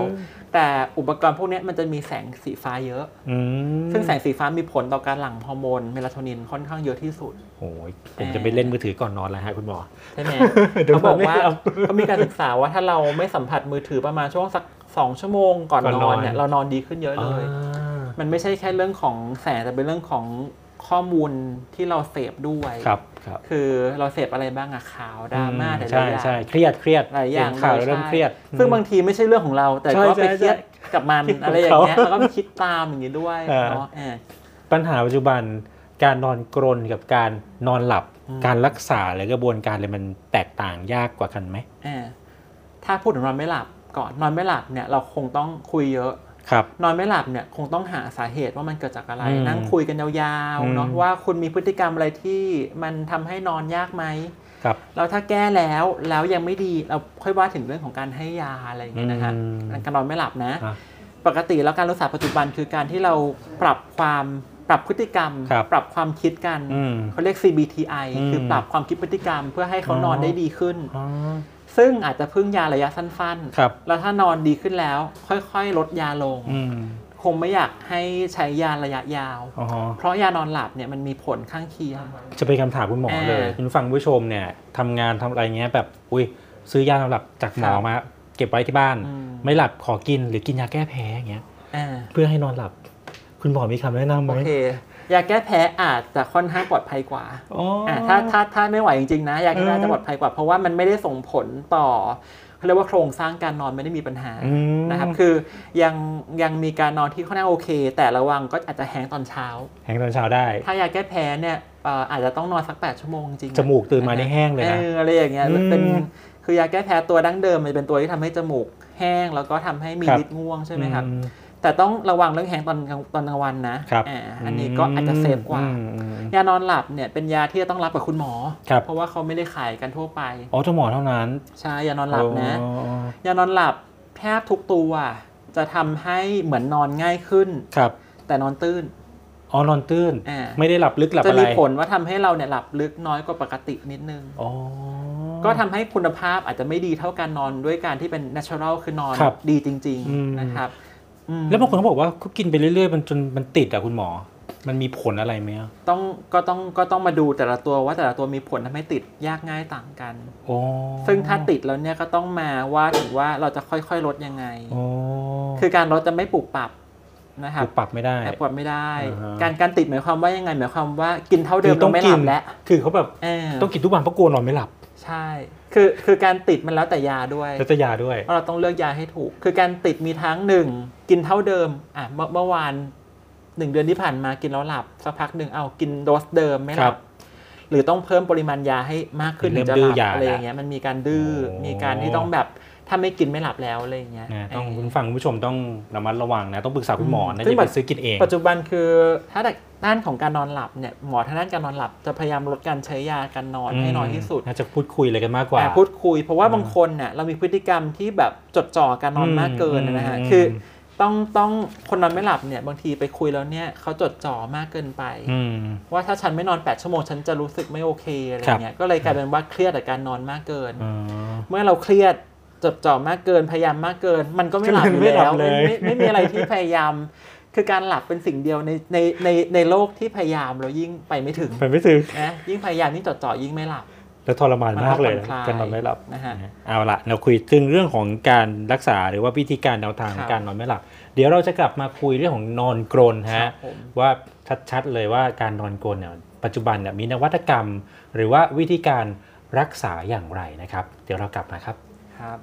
แต่อุปกรณ์พวกนี้มันจะมีแสงสีฟ้าเยอะซึ่งแสงสีฟ้ามีผลต่อการหลั่งฮอร์โมนเมลาโทนินค่อนข้างเยอะที่สุดโอ้ยผมจะไปเล่นมือถือก่อนนอนแล้วฮะคุณหมอใช่ไหมเขาบอกว่าเขามีการศึกษาว่าถ้าเราไม่สัมผัสมือถือประมาณช่วงสักสองชั่วโมงก่อนนอนเนี่ยเรานอนดีขึ้นเยอะเลยมันไม่ใช่แค่เรื่องของแสงแต่เป็นเรื่องของข้อมูลที่เราเสพด้วยครับคือเราเสพอะไรบ้างอะข่าวดราม่าหลายอย่างใช่เครียดเครียดหลายอย่างข่าวเริ่มเครียดซึ่งบางทีไม่ใช่เรื่องของเราแต่ก็ไปเครียดกับมันอะไรอย่างเงี้ยแล้วก็คิดตามอย่างนี้ด้วยเนาะปัญหาปัจจุบันการนอนกรนกับการนอนหลับการรักษาหรือกระบวนการอะไรมันแตกต่างยากกว่ากันไหมถ้าพูดถึงนอนไม่หลับก่อนนอนไม่หลับเนี่ยเราคงต้องคุยเยอะนอนไม่หลับเนี่ยคงต้องหาสาเหตุว่ามันเกิดจากอะไรนั่งคุยกันยาวๆเนาะว่าคุณมีพฤติกรรมอะไรที่มันทำให้นอนยากไหมแล้วถ้าแก้แล้วแล้วยังไม่ดีเราค่อยว่าถึงเรื่องของการให้ยาอะไรอย่างเงี้ยนะคะการนอนไม่หลับนะปกติแล้วการรักษาปัจจุบันคือการที่เราปรับความปรับพฤติกรรมปรับความคิดกันเขาเรียก ซี บี ที ไอ คือปรับความคิดพฤติกรรมเพื่อให้เขานอนได้ดีขึ้นซึ่งอาจจะพึ่งยาระยะสั้นๆแล้วถ้านอนดีขึ้นแล้วค่อยๆลดยาลงคงไม่อยากให้ใช้ยาระยะยาวเพราะยานอนหลับเนี่ยมันมีผลข้างเคียงจะเป็นคำถามคุณหมอเลยคุณฟังผู้ชมเนี่ยทำงานทำอะไรเงี้ยแบบอุ้ยซื้อยานอนหลับจากหมอมาเก็บไว้ที่บ้านไม่หลับขอกินหรือกินยาแก้แพ้อย่างเงี้ยเพื่อให้นอนหลับคุณหมอมีคำแนะนำไหมโอเคยาแก้แพ้อาจจะค่อนข้างปลอดภัยกว่าถ้าถ้าถ้าไม่ไหวจริงๆนะยาแก้แพ้จะปลอดภัยกว่าเพราะว่ามันไม่ได้ส่งผลต่อเขาเรียกว่าโครงสร้างการนอนไม่ได้มีปัญหานะครับคือยังยังมีการนอนที่ค่อนข้างโอเคแต่ระวังก็อาจจะแห้งตอนเช้าแห้งตอนเช้าได้ถ้ายาแก้แพ้เนี่ยอาจจะต้องนอนสักแปดชั่วโมงจริงจมูกตื่นมาได้แห้งเลยนะอะไรอย่างเงี้ยเป็นคือยาแก้แพ้ตัวดั้งเดิมมันเป็นตัวที่ทำให้จมูกแห้งแล้วก็ทำให้มีฤทธิ์ง่วงใช่ไหมครับแต่ต้องระวังเรื่องแห้งตอนตอนกลางวันนะอันนี้ก็อาจจะเซฟกว่ายานอนหลับเนี่ยเป็นยาที่ต้องรับกับคุณหมอเพราะว่าเขาไม่ได้ขายกันทั่วไปอ๋อเจ้าหมอเท่านั้นใช่ยานอนหลับนะยานอนหลับแทบทุกตัวจะทำให้เหมือนนอนง่ายขึ้นแต่นอนตื้นอ๋อนอนตื้นไม่ได้หลับลึกหลับอะไรจะมีผลว่าทำให้เราเนี่ยหลับลึกน้อยกว่าปกตินิดนึงก็ทำให้คุณภาพอาจจะไม่ดีเท่าการนอนด้วยการที่เป็น natural คือนอนดีจริงๆนะครับแล้วบางคนเขาบอกว่าเขากินไปเรื่อยๆมันจนมันติดอ่ะคุณหมอมันมีผลอะไรไหมต้องก็ต้องก็ต้องมาดูแต่ละตัวว่าแต่ละตัวมีผลทำให้ติดยากง่ายต่างกันซึ่งถ้าติดแล้วเนี่ยก็ต้องมาว่าถึงว่าเราจะค่อยๆลดยังไงคือการลดจะไม่ปรับปรับนะครับปรับไม่ได้ปรับไม่ได้การการติดหมายความว่ายังไงหมายความว่ากินเท่าเดิมต้องไม่หลับแล้วคือเขาแบบต้องกินทุกวันเพราะกลัวนอนไม่หลับใช่คือคือการติดมันแล้วแต่ยาด้วยแล้วแต่ยาด้วยเราต้องเลือกยาให้ถูกคือการติดมีทั้งหนึ่งกินเท่าเดิมอ่ะเมื่อเมื่อวานหนึ่งเดือนที่ผ่านมากินแล้วหลับสักพักหนึ่งเอากินโดสเดิมไม่หลับหรือต้องเพิ่มปริมาณยาให้มากขึ้นถึงจะหลับอะไรอย่างเงี้ยมันมีการดื้อมีการที่ต้องแบบถ้าไม่กินไม่หลับแล้วอะไรอย่างเงี้ยต้องคุณฟังผู้ชมต้องระมัดระวังนะต้องปรึกษาคุณหมอนะอย่าไปซื้อกินเองปัจจุบันคือถ้าด้านของการนอนหลับเนี่ยหมอทางด้านการนอนหลับจะพยายามลดการใช้ยาการนอนให้น้อยที่สุดน่าจะพูดคุยอะไรกันมากกว่าพูดคุยเพราะว่าบางคนเนี่ยเรามีพฤติกรรมที่แบบจดจ่อการนอนมากเกินนะฮะคือต้องต้องคนนอนไม่หลับเนี่ยบางทีไปคุยแล้วเนี่ยเขาจดจ่อมากเกินไปว่าถ้าฉันไม่นอนแปดชั่วโมงฉันจะรู้สึกไม่โอเคอะไรเงี้ยก็เลยกลายเป็นว่าเครียดกับการนอนมากเกินเมื่อเราเครียดจดจ่อมากเกินพยายามมากเกินมันก็ไม่หลับอยู่แล้วไม่ไม่มีอะไรที่พยายามคือการหลับเป็นสิ่งเดียวในในในในโลกที่พยายามเรายิ่งไปไม่ถึงไปไม่ถึงนะยิ่งพยายามยิ่งจดจ่อยิ่งไม่หลับแล้วทรมานมากเลยการนอนไม่หลับนะฮะเอาละเราคุยถึงเรื่องของการรักษาหรือว่าวิธีการแนวทางการนอนไม่หลับเดี๋ยวเราจะกลับมาคุยเรื่องของนอนกรนฮะว่าชัดๆเลยว่าการนอนกรนเนี่ยปัจจุบันเนี่ยมีนวัตกรรมหรือว่าวิธีการรักษาอย่างไรนะครับเดี๋ยวเรากลับมาครับครับ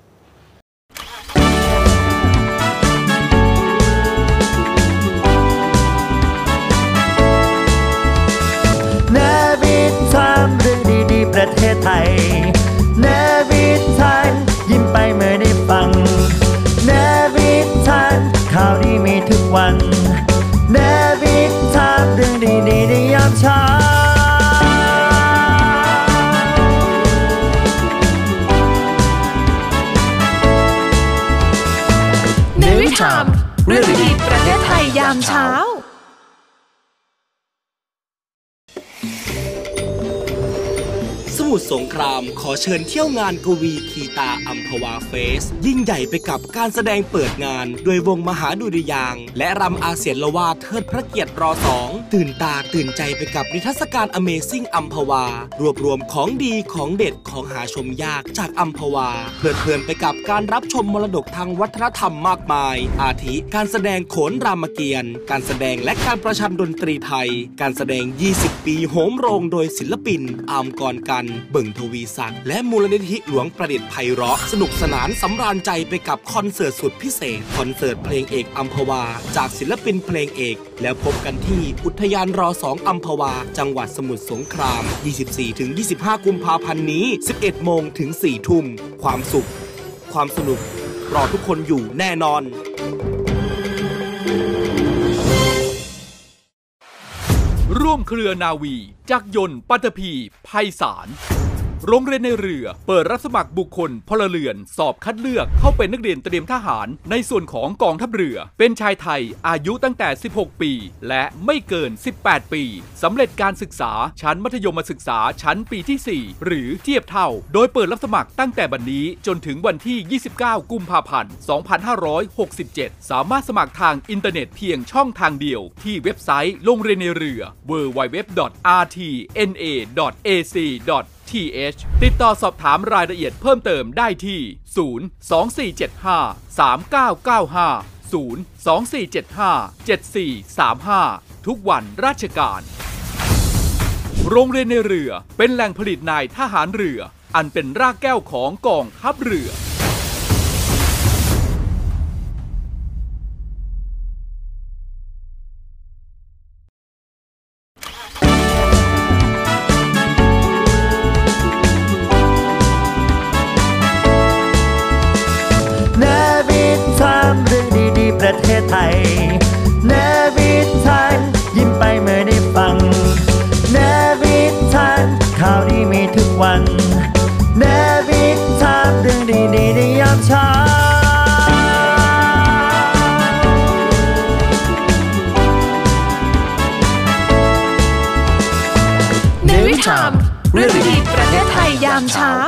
เนวิทามเรื่องดีๆประเทศไทยเนวิทานยิ้มไปเมื่อได้ฟังเนวิทานข่าวดีมีทุกวันเนวิทามเรื่องดีๆในยามเช้าเนวิทามเรื่องดีๆประเทศไทยยามเช้าสมุทรสงครามขอเชิญเที่ยวงานกวีคีตาอัมพวาเฟสยิ่งใหญ่ไปกับการแสดงเปิดงานโดยวงมหาดุริยางค์และรำอาเซียนละวาเทิดพระเกียรติรอสองตื่นตาตื่นใจไปกับนิทรรศการ Amazing อัมพวารวบรวมของดีของเด็ดของหาชมยากจากอัมพวาเพลิดเพลินไปกับการรับชมมรดกทางวัฒนธรรมมากมายอาทิการแสดงโขนรามเกียรติ์การแสดงและการประชันดนตรีไทยการแสดงยี่สิบปีโหมโรงโดยศิลปินอามกรกันเบิ่งทวีศักดิ์และมูลนิธิหลวงประดิษฐ์ไพเราะสนุกสนานสำราญใจไปกับคอนเสิร์ตสุดพิเศษคอนเสิร์ตเพลงเอกอัมพวาจากศิลปินเพลงเอกแล้วพบกันที่อุทยานรอสองอัมพวาจังหวัดสมุทรสงคราม ยี่สิบสี่ถึงยี่สิบห้า กุมภาพันธ์นี้ สิบเอ็ดโมงถึง สี่ทุ่มความสุขความสนุกรอทุกคนอยู่แน่นอนร่วมเครือนาวีจักรยนต์ปัตภีไพศาลโรงเรียนในเรือเปิดรับสมัครบุคคลพลเรือนสอบคัดเลือกเข้าเป็นนักเรียนเตรียมทหารในส่วนของกองทัพเรือเป็นชายไทยอายุตั้งแต่สิบหกปีและไม่เกินสิบแปดปีสำเร็จการศึกษาชั้นมัธยมศึกษาชั้นปีที่สี่หรือเทียบเท่าโดยเปิดรับสมัครตั้งแต่บัดนี้จนถึงวันที่ยี่สิบเก้ากุมภาพันธ์สองพันห้าร้อยหกสิบเจ็ดสามารถสมัครทางอินเทอร์เน็ตเพียงช่องทางเดียวที่เว็บไซต์โรงเรียนในเรือ ดับเบิลยู ดับเบิลยู ดับเบิลยู ดอท อาร์ ที เอ็น เอ ดอท เอ ซี ดอท ที เอช ติดต่อสอบถามรายละเอียดเพิ่มเติมได้ที่ ศูนย์ สอง สี่ เจ็ด ห้า สาม เก้า เก้า ห้า ศูนย์ สอง สี่ เจ็ด ห้า เจ็ด สี่ สาม ห้า ทุกวันราชการ โรงเรียนในเรือเป็นแหล่งผลิตนายทหารเรืออันเป็นรากแก้วของกองทัพเรือประเทศไทยเนวิทันยิ้มไปเมื่อได้ฟังเนวิทันข่าวดีมีทุกวันเนวิทันเรื่องดีๆในยามเช้าเนวิทามเรื่องดีๆประเทศไทยยามเช้า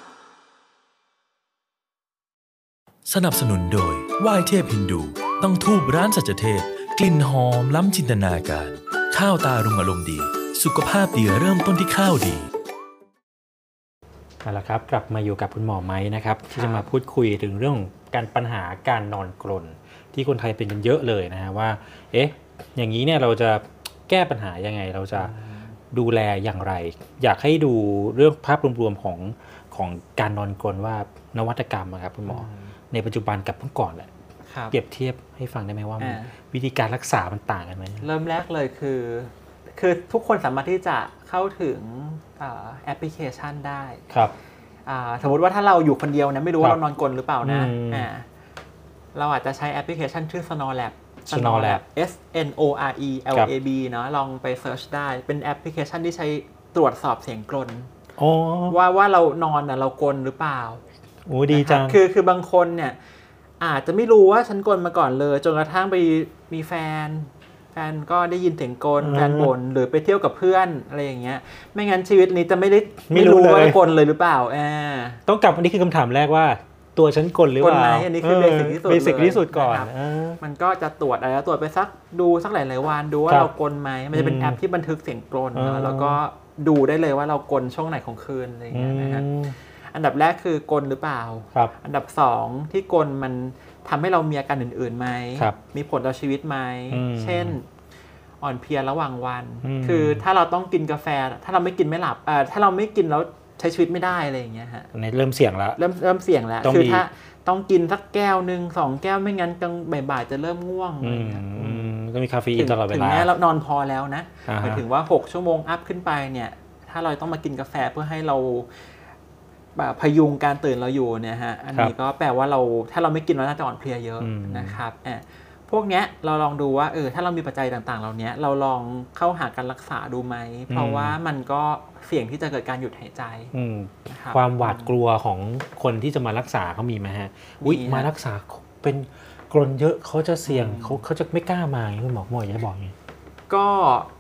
สนับสนุนโดยไหว้เทพฮินดูต้องทูบร้านสัจเทพกลิ่นหอมล้ำจินตนาการข้าวตารุงอารมณ์ดีสุขภาพดีเริ่มต้นที่ข้าวดีเอาละครับกลับมาอยู่กับคุณหมอไม้นะครับที่จะมาพูดคุยถึงเรื่องการปัญหาการนอนกรนที่คนไทยเป็นกันเยอะเลยนะฮะว่าเอ๊ะอย่างนี้เนี่ยเราจะแก้ปัญหายังไงเราจะดูแลอย่างไรอยากให้ดูเรื่องภาพรวมๆของของการนอนกรนว่านวัตกรรมครับคุณหมอในปัจจุบันกับเมื่อก่อนแหละเปรียบเทียบให้ฟังได้ไหมว่าวิธีการรักษามันต่างกันไหมเริ่มแรกเลยคือคือทุกคนสามารถที่จะเข้าถึงแอปพลิเคชันได้ครับสมมติว่าถ้าเราอยู่คนเดียวนะไม่รู้ว่าเรานอนกรนหรือเปล่านะเราอาจจะใช้แอปพลิเคชันชื่อ Snorlab Snorlab S N O R E L A B เนาะลองไปเซิร์ชได้เป็นแอปพลิเคชันที่ใช้ตรวจสอบเสียงกรนว่าว่าเรานอนนะเรากรนหรือเปล่าโอ้ดีจังคือคือบางคนเนี่ยอาจจะไม่รู้ว่าฉันกรนมาก่อนเลยจนกระทั่งไปมีแฟนแฟนก็ได้ยินเสียงกรนแฟนบ่นหรือไปเที่ยวกับเพื่อนอะไรอย่างเงี้ยไม่งั้นชีวิตนี้จะไม่ได้ไม่รู้ว่ากรนเลยหรือเปล่าแอบต้องกลับอันนี้คือคำถามแรกว่าตัวฉันกรนหรือเปล่าอันนี้คือเบสิกที่สุดเบสิกที่สุดก่อนมันก็จะตรวจอะไรตรวจไปสักดูสักหลายๆวันดูว่าเรากรนไหมมันจะเป็นแอปที่บันทึกเสียงกรนแล้วก็ดูได้เลยว่าเรากรนช่วงไหนของคืนอะไรอย่างเงี้ยนะครับอันดับแรกคือกลหรือเปล่าอันดับสองที่กลมันทำให้เรามีอาการอื่นๆไหมมีผลต่อชีวิตไหมเช่นอ่อนเพลียระหว่างวันคือถ้าเราต้องกินกาแฟถ้าเราไม่กินไม่หลับถ้าเราไม่กินแล้วใช้ชีวิตไม่ได้อะไรอย่างเงี้ยฮะเริ่มเสี่ยงแล้วเริ่มเริ่มเสี่ยงแล้วคือถ้าต้องกินสักแก้วหนึ่งสองแก้วไม่งั้นกลางบ่ายๆจะเริ่มง่วงอะไรเงี้ยก็มีคาเฟอีนตลอดเวลาถึงแม้เรานอนพอแล้วนะหมายถึงว่าหกชั่วโมงอัพขึ้นไปเนี่ยถ้าเราต้องมากินกาแฟเพื่อให้เราพยุงการตื่นเราอยู่เนี่ยฮะอันนี้ก็แปลว่าเราถ้าเราไม่กินเราน่าจะอ่อนเพลียเยอะนะครับแอบพวกเนี้ยเราลองดูว่าเออถ้าเรามีปัจจัยต่างๆเหล่านี้เราลองเข้าหาการรักษาดูไหมเพราะว่ามันก็เสี่ยงที่จะเกิดการหยุดหายใจความหวาดกลัวของคนที่จะมารักษาเขามีไหมฮะอุ๊ยมารักษาเป็นกรนเยอะเขาจะเสี่ยงเขาเขาจะไม่กล้ามาคุณหมอหมอจะบอกไงก็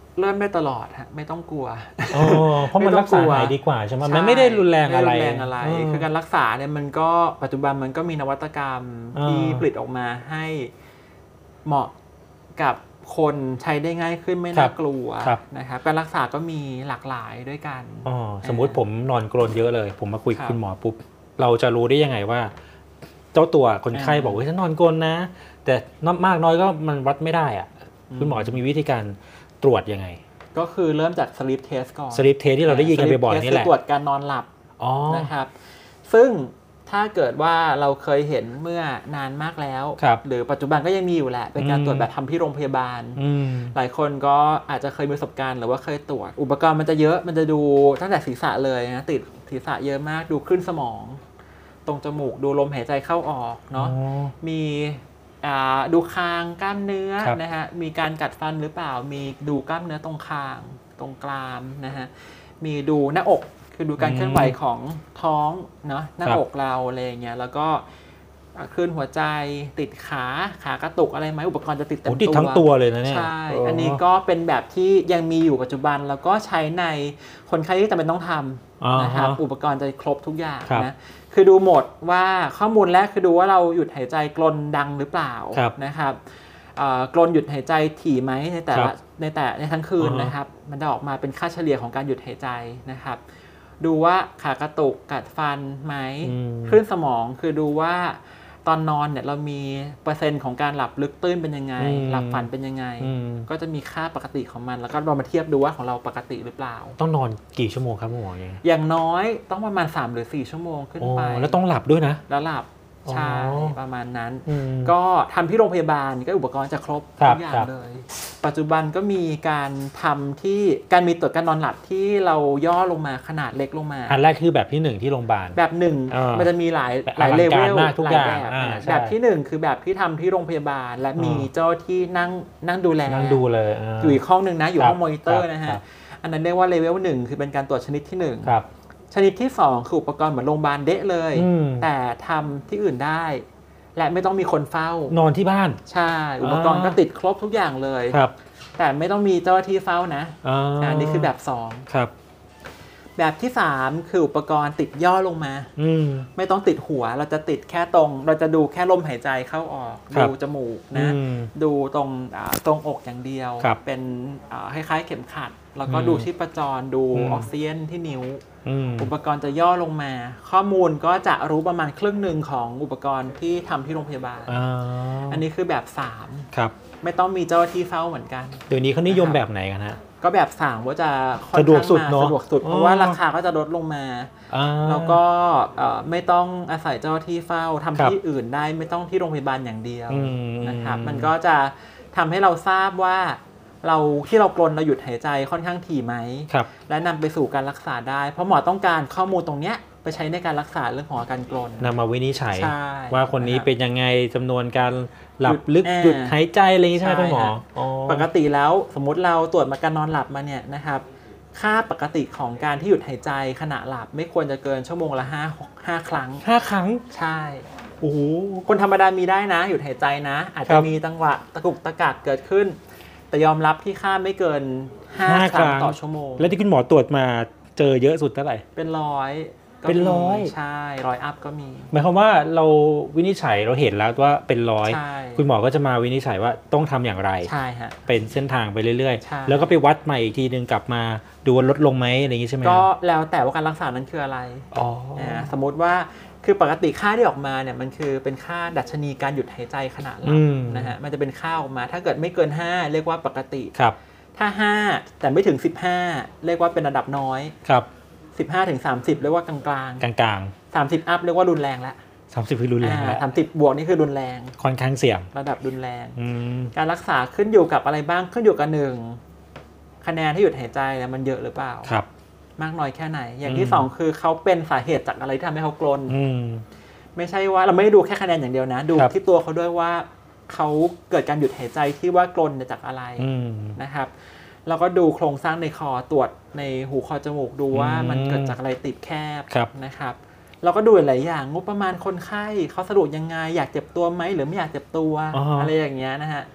เริ่มได้ตลอดฮะไม่ต้องกลัวอ๋อเพราะมันรักษาหายดีกว่าใช่ไหมมันไม่ได้รุนแรงอะไรไม่รุนแรงอะไรคือการรักษาเนี่ยมันก็ปัจจุบันมันก็มีนวัตกรรมที่ผลิตออกมาให้เหมาะกับคนใช้ได้ง่ายขึ้นไม่น่ากลัวนะครับการรักษาก็มีหลากหลายด้วยกันอ๋อสมมุติผมนอนกรนเยอะเลยผมมาคุยกับคุณหมอปุ๊บเราจะรู้ได้ยังไงว่าเจ้าตัวคนไข้บอกว่าฉันนอนกรนนะแต่มากน้อยก็มันวัดไม่ได้อ่ะคุณหมอจะมีวิธีการตรวจยังไงก็คือเริ่มจาก sleep test ก่อน sleep test ที่เราได้ยินกันบ่อยๆนี่แหละตรวจการนอนหลับนะครับซึ่งถ้าเกิดว่าเราเคยเห็นเมื่อนานมากแล้วหรือปัจจุบันก็ยังมีอยู่แหละเป็นการตรวจแบบทำที่โรงพยาบาลหลายคนก็อาจจะเคยมีประสบการณ์หรือว่าเคยตรวจอุปกรณ์มันจะเยอะมันจะดูตั้งแต่ศีรษะเลยนะติดศีรษะเยอะมากดูคลื่นสมองตรงจมูกดูลมหายใจเข้าออกเนาะมีดูคางกล้ามเนื้อนะฮะมีการกัดฟันหรือเปล่ามีดูกล้ามเนื้อตรงคางตรงกรามนะฮะมีดูหน้าอกคือดูการเคลื่อนไหวของท้องเนาะหน้าอกเราอะไรอย่างเงี้ยแล้วก็คลื่นหัวใจติดขาขากระตุกอะไรไหมอุปกรณ์จะติดเต็มตัวติดทั้งตัวเลยนะเนี่ยใช่อันนี้ก็เป็นแบบที่ยังมีอยู่ปัจจุบันแล้วก็ใช้ในคนไข้ที่จำเป็นต้องทำนะครับอุปกรณ์จะครบทุกอย่างนะคือดูหมดว่าข้อมูลแรกคือดูว่าเราหยุดหายใจกรนดังหรือเปล่านะครับกรนหยุดหายใจถี่ไหมในแต่ละในแต่ในทั้งคืนนะครับมันจะออกมาเป็นค่าเฉลี่ยของการหยุดหายใจนะครับดูว่าขากระตุกกัดฟันไหมคลื่นสมองคือดูว่าตอนนอนเนี่ยเรามีเปอร์เซ็นต์ของการหลับลึกตื้นเป็นยังไงหลับฝันเป็นยังไงก็จะมีค่าปกติของมันแล้วก็เรามาเทียบดูว่าของเราปกติหรือเปล่าต้องนอนกี่ชั่วโมงครับหมออย่างน้อยต้องประมาณสามหรือสี่ชั่วโมงขึ้นไปแล้วต้องหลับด้วยนะแล้วหลับใช่ประมาณนั้นก็ทำที่โรงพยาบาลก็อุปกรณ์จะครบทุกอย่างเลยปัจจุบันก็มีการทำที่การมีตรวจการนอนหลับที่เราย่อลงมาขนาดเล็กลงมาอันแรกคือแบบที่หนึ่งที่โรงพยาบาลแบบหนึ่งมันจะมีหลายหลายเลเวลหลายแบบแบบที่หนึ่งคือแบบที่ทำที่โรงพยาบาลและมีเจ้าที่นั่งนั่งดูแลนั่งดูเลยอยู่อีกห้องนึงนะอยู่ห้องมอนิเตอร์นะฮะอันนั้นเรียกว่าเลเวลหนึ่งคือเป็นการตรวจชนิดที่หนึ่งชนิดที่สองคืออุปกรณ์เหมือนโรงพยาบาลเดะเลยแต่ทำที่อื่นได้และไม่ต้องมีคนเฝ้านอนที่บ้านใช่อุปกรณ์ก็ติดครบทุกอย่างเลยแต่ไม่ต้องมีเจ้าหน้าที่เฝ้านะอันนี้คือแบบสองแบบที่สามคืออุปกรณ์ติดย่อลงมาไม่ต้องติดหัวเราจะติดแค่ตรงเราจะดูแค่ลมหายใจเข้าออกดูจมูกนะดูตรงตรงอกอย่างเดียวเป็นคล้ายๆเข็มขัดแล้วก็ดูชีพจรดูออกซิเจนที่นิ้วอุปกรณ์จะย่อลงมาข้อมูลก็จะรู้ประมาณครึ่งหนึ่งของอุปกรณ์ที่ทำที่โรงพยาบาล อ, อันนี้คือแบบสามครับไม่ต้องมีเจ้าหน้าที่เฝ้าเหมือนกันเดี๋ยวนี้เขานิยมแบบไหนกันฮะก็แบบสามว่าจะสะดวกสุดเนาะสะดวกสุดเพราะว่าราคาก็จะลดลงมาแล้วก็ไม่ต้องอาศัยเจ้าหน้าที่เฝ้าทำที่อื่นได้ไม่ต้องที่โรงพยาบาลอย่างเดียวนะครับมันก็จะทำให้เราทราบว่าเราที่เรากรนเราหยุดหายใจค่อนข้างถี่ไหมและนำไปสู่การรักษาได้เพราะหมอต้องการข้อมูลตรงเนี้ยไปใช้ในการรักษาเรื่องของอาการกรนนำมาวินิจฉัยว่าคนนี้เป็นยังไงจำนวนการหลับลึกหยุดหายใจอะไรอย่างนี้ใช่ไหมคุณหมอปกติแล้วสมมุติเราตรวจมาการนอนหลับมาเนี่ยนะครับค่าปกติของการที่หยุดหายใจขณะหลับไม่ควรจะเกินชั่วโมงละห้า ห้าครั้งห้าครั้งใช่โอ้โหคนธรรมดามีได้นะหยุดหายใจนะอาจจะมีจังหวะตะกุกตะกักเกิดขึ้นแต่ยอมรับที่ค่าไม่เกินห้าครั้งต่อชั่วโมงแล้วที่คุณหมอตรวจมาเจอเยอะสุดเท่าไหร่เป็นร้อยเป็นร้อยใช่ร้อยอัพก็มีหมายความว่าเราวินิจฉัยเราเห็นแล้วว่าเป็นร้อยคุณหมอก็จะมาวินิจฉัยว่าต้องทำอย่างไรใช่ฮะเป็นเส้นทางไปเรื่อยๆแล้วก็ไปวัดใหม่อีกทีนึงกลับมาดูว่าลดลงไหมอะไรอย่างนี้ใช่ไหมก็แล้วแต่ว่าการรักษานั้นคืออะไรอ๋อสมมติว่าคือปกติค่าที่ออกมาเนี่ยมันคือเป็นค่าดัชนีการหยุดหายใจขณะหลับนะฮะมันจะเป็นค่าออกมาถ้าเกิดไม่เกินห้าเรียกว่าปกติครับถ้าห้าแต่ไม่ถึงสิบห้าเรียกว่าเป็นระดับน้อยครับสิบห้าถึงสามสิบเรียกว่ากลางกลางกลางกลางสามสิบอัพเรียกว่ารุนแรงแล้วสามสิบคือรุนแรงแล้วสามสิบบวกนี่คือรุนแรงค่อนข้างเสี่ยงระดับรุนแรงการรักษาขึ้นอยู่กับอะไรบ้างขึ้นอยู่กับหนึ่งคะแนนที่หยุดหายใจเนี่ยมันเยอะหรือเปล่าครับมากน้อยแค่ไหนอย่างที่สองคือเขาเป็นสาเหตุจากอะไรที่ทำให้เขากรนไม่ใช่ว่าเราไม่ได้ดูแค่คะแนนอย่างเดียวนะดูที่ตัวเขาด้วยว่าเขาเกิดการหยุดหายใจที่ว่ากรนจากอะไรนะครับแล้วก็ดูโครงสร้างในคอตรวจในหูคอจมูกดูว่ามันเกิดจากอะไรติดแคบนะครับเราก็ดูหลายอย่างงบประมาณคนไข้เขาสะดวกยังไงอยากเจ็บตัวไหมหรือไม่อยากเจ็บตัว อ, อะไรอย่างเงี้ยนะฮะ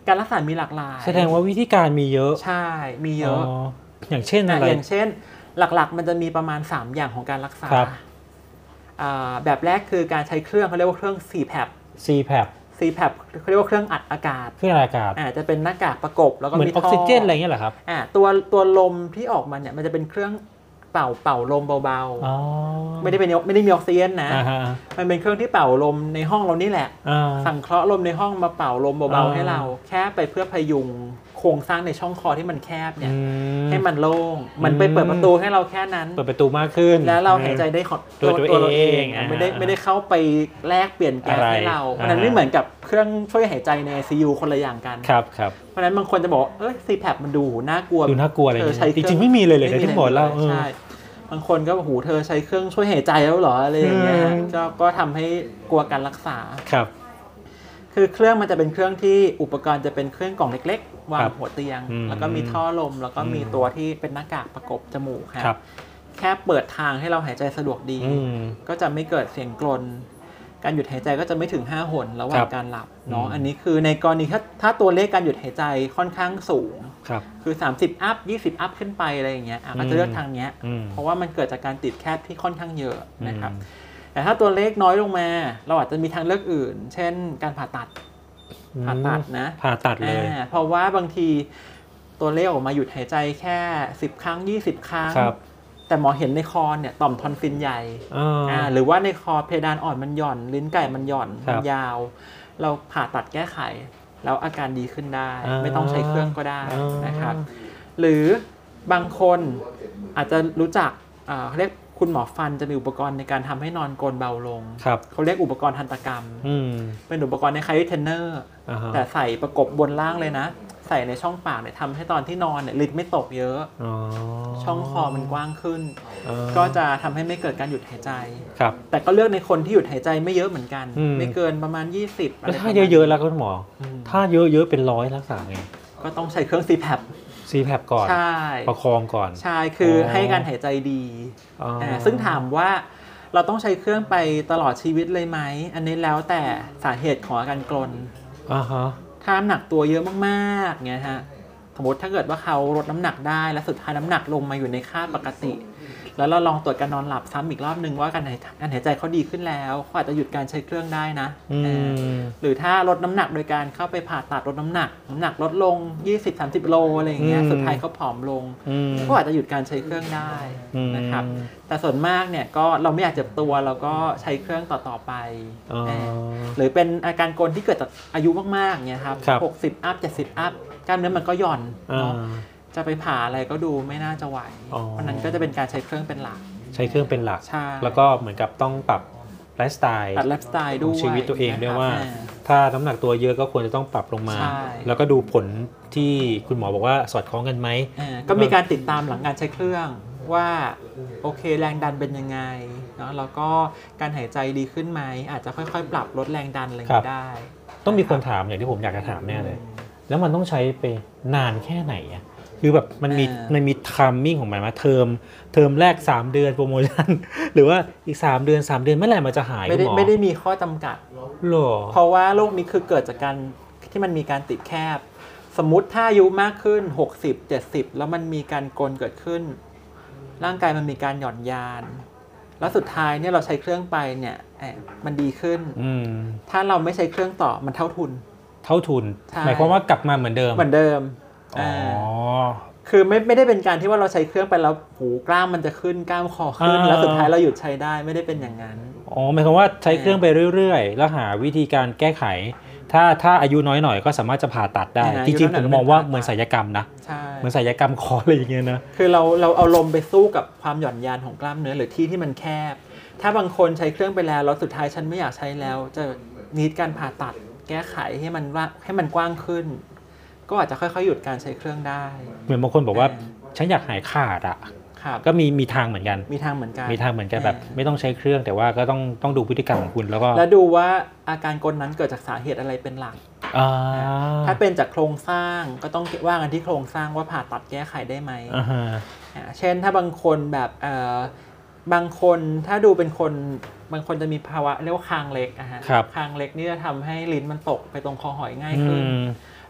การรักษามีหลากหลายแสดงว่าวิธีการมีเยอะใช่มีเยอะอย่างเช่นอะไรอย่างเช่นหลักๆมันจะมีประมาณสามอย่างของการรักษาแบบแรกคือการใช้เครื่องเขาเรียกว่าเครื่อง ซี แพ พีซี แพ พีซี แพ พี เขาเรียกว่าเครื่องอัดอากาศเครื่องอัดอากาศอ่าจะเป็นหน้ากากประกบแล้วก็มีท่อออกซิเจนอะไรเงี้ยเหรอครับอ่าตัวตัวลมที่ออกมาเนี่ยมันจะเป็นเครื่องเป่าเป่าลมเบาๆไม่ได้เป็นไม่ได้มีออกซิเจนนะมันเป็นเครื่องที่เป่าลมในห้องเรานี่แหละสังเคราะห์ลมในห้องมาเป่าลมเบาๆให้เราแค่ไปเพื่อพยุงโครงสร้างในช่องคอที่มันแคบเนี่ยให้มันโล่งมันไปเปิดประตูให้เราแค่นั้นเปิดประตูมากขึ้นแล้วเราหายใจได้ตัวตัวเราเองไม่ได้ไม่ได้เข้าไปแลกเปลี่ยนแก๊สให้เราเพราะนั้นไม่เหมือนกับเครื่องช่วยหายใจใน ไอ ซี ยู คนละอย่างกันครับครับเพราะนั้นบางคนจะบอกเอ้ย ซี แพ พี มันดูน่ากลัวดูน่ากลัวอะไรจริงๆไม่มีเลยเลยที่บอกเล่าใช่บางคนก็บอกหูเธอใช้เครื่องช่วยหายใจแล้วเหรออะไรอย่างเงี้ยก็ก็ทำให้กลัวการรักษาครับคือเครื่องมันจะเป็นเครื่องที่อุปกรณ์จะเป็นเครื่องกล่องเล็กๆวางหัวเตียงแล้วก็มีท่อลมแล้วก็มีตัวที่เป็นหน้ากากประกบจมูกครับแค่เปิดทางให้เราหายใจสะดวกดีก็จะไม่เกิดเสียงกรนการหยุดหายใจก็จะไม่ถึงห้าหนระหว่างการหลับเนาะอันนี้คือในกรณีถ้าถ้าตัวเลขการหยุดหายใจค่อนข้างสูงคือสามสิบอัพยี่สิบอัพขึ้นไปอะไรอย่างเงี้ยก็จะเลือกทางเนี้ยเพราะว่ามันเกิดจากการติดแคบที่ค่อนข้างเยอะนะครับแต่ถ้าตัวเลขน้อยลงมาเราอาจจะมีทางเลือกอื่นเช่นการผ่าตัดผ่าตัดนะผ่าตัดเลยเพราะว่าบางทีตัวเลขออกมาหยุดหายใจแค่สิบครั้งยี่สิบครั้งแต่หมอเห็นในคอเนี่ยต่อมทอนซิลใหญ่หรือว่าในคอเพดานอ่อนมันหย่อนลิ้นไก่มันหย่อนมันยาวเราผ่าตัดแก้ไขแล้วอาการดีขึ้นได้ไม่ต้องใช้เครื่องก็ได้นะครับหรือบางคนอาจจะรู้จักเขาเรียกคุณหมอฟันจะมีอุปกรณ์ในการทำให้นอนกรนเบาลงเขาเรียกอุปกรณ์ทันตกรรมเป็นอุปกรณ์ในคล้ายๆเทรนเนอร์แต่ใส่ประกบบนล่างเลยนะใส่ในช่องปากเนี่ยทำให้ตอนที่นอนเนี่ยลิ้นไม่ตกเยอะช่องคอมันกว้างขึ้นก็จะทำให้ไม่เกิดการหยุดหายใจแต่ก็เลือกในคนที่หยุดหายใจไม่เยอะเหมือนกันไม่เกินประมาณยี่สิบแล้วถ้าเยอะๆแล้วคุณหมอถ้าเยอะๆเป็นร้อยรักษาไงก็ต้องใช้เครื่อง ซี แพ พีซี แพ พี ก่อนประคองก่อนใช่คือให้การหายใจดีซึ่งถามว่าเราต้องใช้เครื่องไปตลอดชีวิตเลยไหมอันนี้แล้วแต่สาเหตุของอาการกรนถ้าน้ำหนักตัวเยอะมากๆเงี้ยฮะสมมติถ้าเกิดว่าเขาลดน้ำหนักได้แล้วสุดท้ายน้ำหนักลงมาอยู่ในค่าปกติแล้วเราลองตรวจการนอนหลับซ้ำอีกรอบนึงว่าการการหายใจเขาดีขึ้นแล้วเขาอาจจะหยุดการใช้เครื่องได้นะหรือถ้าลดน้ำหนักโดยการเข้าไปผ่าตัดลดน้ำหนักน้ำหนักลดลง ยี่สิบถึงสามสิบ โลอะไรอย่างเงี้ยสุดท้ายเขาผอมลงก็อาจจะหยุดการใช้เครื่องได้นะครับแต่ส่วนมากเนี่ยก็เราไม่อยากเจ็บตัวเราก็ใช้เครื่องต่อๆไปหรือเป็นอาการกรนที่เกิดจากอายุมากๆเนี่ยครับหกสิบอัพเจ็ดสิบอัพกล้ามเนื้อมันก็หย่อนเนาะจะไปผ่าอะไรก็ดูไม่น่าจะไหวเพราะนั้นก็จะเป็นการใช้เครื่องเป็นหลักใช้เครื่องเป็นหลักแล้วก็เหมือนกับต้องปรับไลฟ์สไตล์ปรับไลฟ์สไตล์ด้วยชีวิตตัวเองด้วยว่าถ้าน้ำหนักตัวเยอะก็ควรจะต้องปรับลงมาแล้วก็ดูผลที่คุณหมอบอกว่าสอดคล้องกันไหมก็มีการติดตามหลังการใช้เครื่องว่าโอเคแรงดันเป็นยังไงเนาะแล้วก็การหายใจดีขึ้นไหมอาจจะค่อยๆปรับลดแรงดันอะไรได้ต้องมีคนถามอย่างที่ผมอยากจะถามแน่เลยแล้วมันต้องใช้ไปนานแค่ไหนอ่ะคือแบบมันมีมันมีไทมิ่งของมันมาเทอมเทอมแรกสามเดือนโปรโมชั่นหรือว่าอีกสามเดือนสามเดือนเมื่อไหร่มันจะหายไม่ได้ไม่ได้มีข้อจำกัดหรอเพราะว่าโรคนี้คือเกิดจากการที่มันมีการติดแคบสมมุติถ้าอายุมากขึ้นหกสิบ เจ็ดสิบแล้วมันมีการกรนเกิดขึ้นร่างกายมันมีการหย่อนยานแล้วสุดท้ายเนี่ยเราใช้เครื่องไปเนี่ยมันดีขึ้นถ้าเราไม่ใช้เครื่องต่อมันเท่าทุนเท่าทุนหมายความว่ากลับมาเหมือนเดิมเหมือนเดิมอ๋อคือไม่ไม่ได้เป็นการที่ว่าเราใช้เครื่องไปแล้วหูกล้ามมันจะขึ้นกล้ามคอขึ้นแล้วสุดท้ายเราหยุดใช้ได้ไม่ได้เป็นอย่างนั้นอ๋อหมายความว่าใช้เครื่องไปเรื่อยๆแล้วหาวิธีการแก้ไขถ้าถ้าอายุน้อยหน่อยก็สามารถจะผ่าตัดได้จริงๆผมมองว่าเหมือนศัลยกรรมนะเหมือนศัลยกรรมคออะไรอย่างเงี้ยนะคือเราเราเอาลมไปสู้กับความหย่อนยานของกล้ามเนื้อหรือที่ที่มันแคบถ้าบางคนใช้เครื่องไปแล้วแล้วสุดท้ายฉันไม่อยากใช้แล้วจะนิดการผ่าตัดแก้ไขให้มันว่าให้มันกว้างขึ้นก็อาจจะค่อยๆหยุดการใช้เครื่องได้เหมือนบางคนบอกว่าฉันอยากหายขาดอ่ะก็มีมีทางเหมือนกันมีทางเหมือนกันมีทางเหมือนกันแบบไม่ต้องใช้เครื่องแต่ว่าก็ต้องต้องดูพฤติกรรมของคุณแล้วก็แล้วดูว่าอาการกรนนั้นเกิดจากสาเหตุอะไรเป็นหลักถ้าเป็นจากโครงสร้างก็ต้องว่ากันที่โครงสร้างว่าผ่าตัดแก้ไขได้ไหมเช่นถ้าบางคนแบบบางคนถ้าดูเป็นคนบางคนจะมีภาวะเรียกว่าคางเล็กอะฮะคางเล็กนี่จะทำให้ลิ้นมันตกไปตรงคอหอยง่ายขึ้น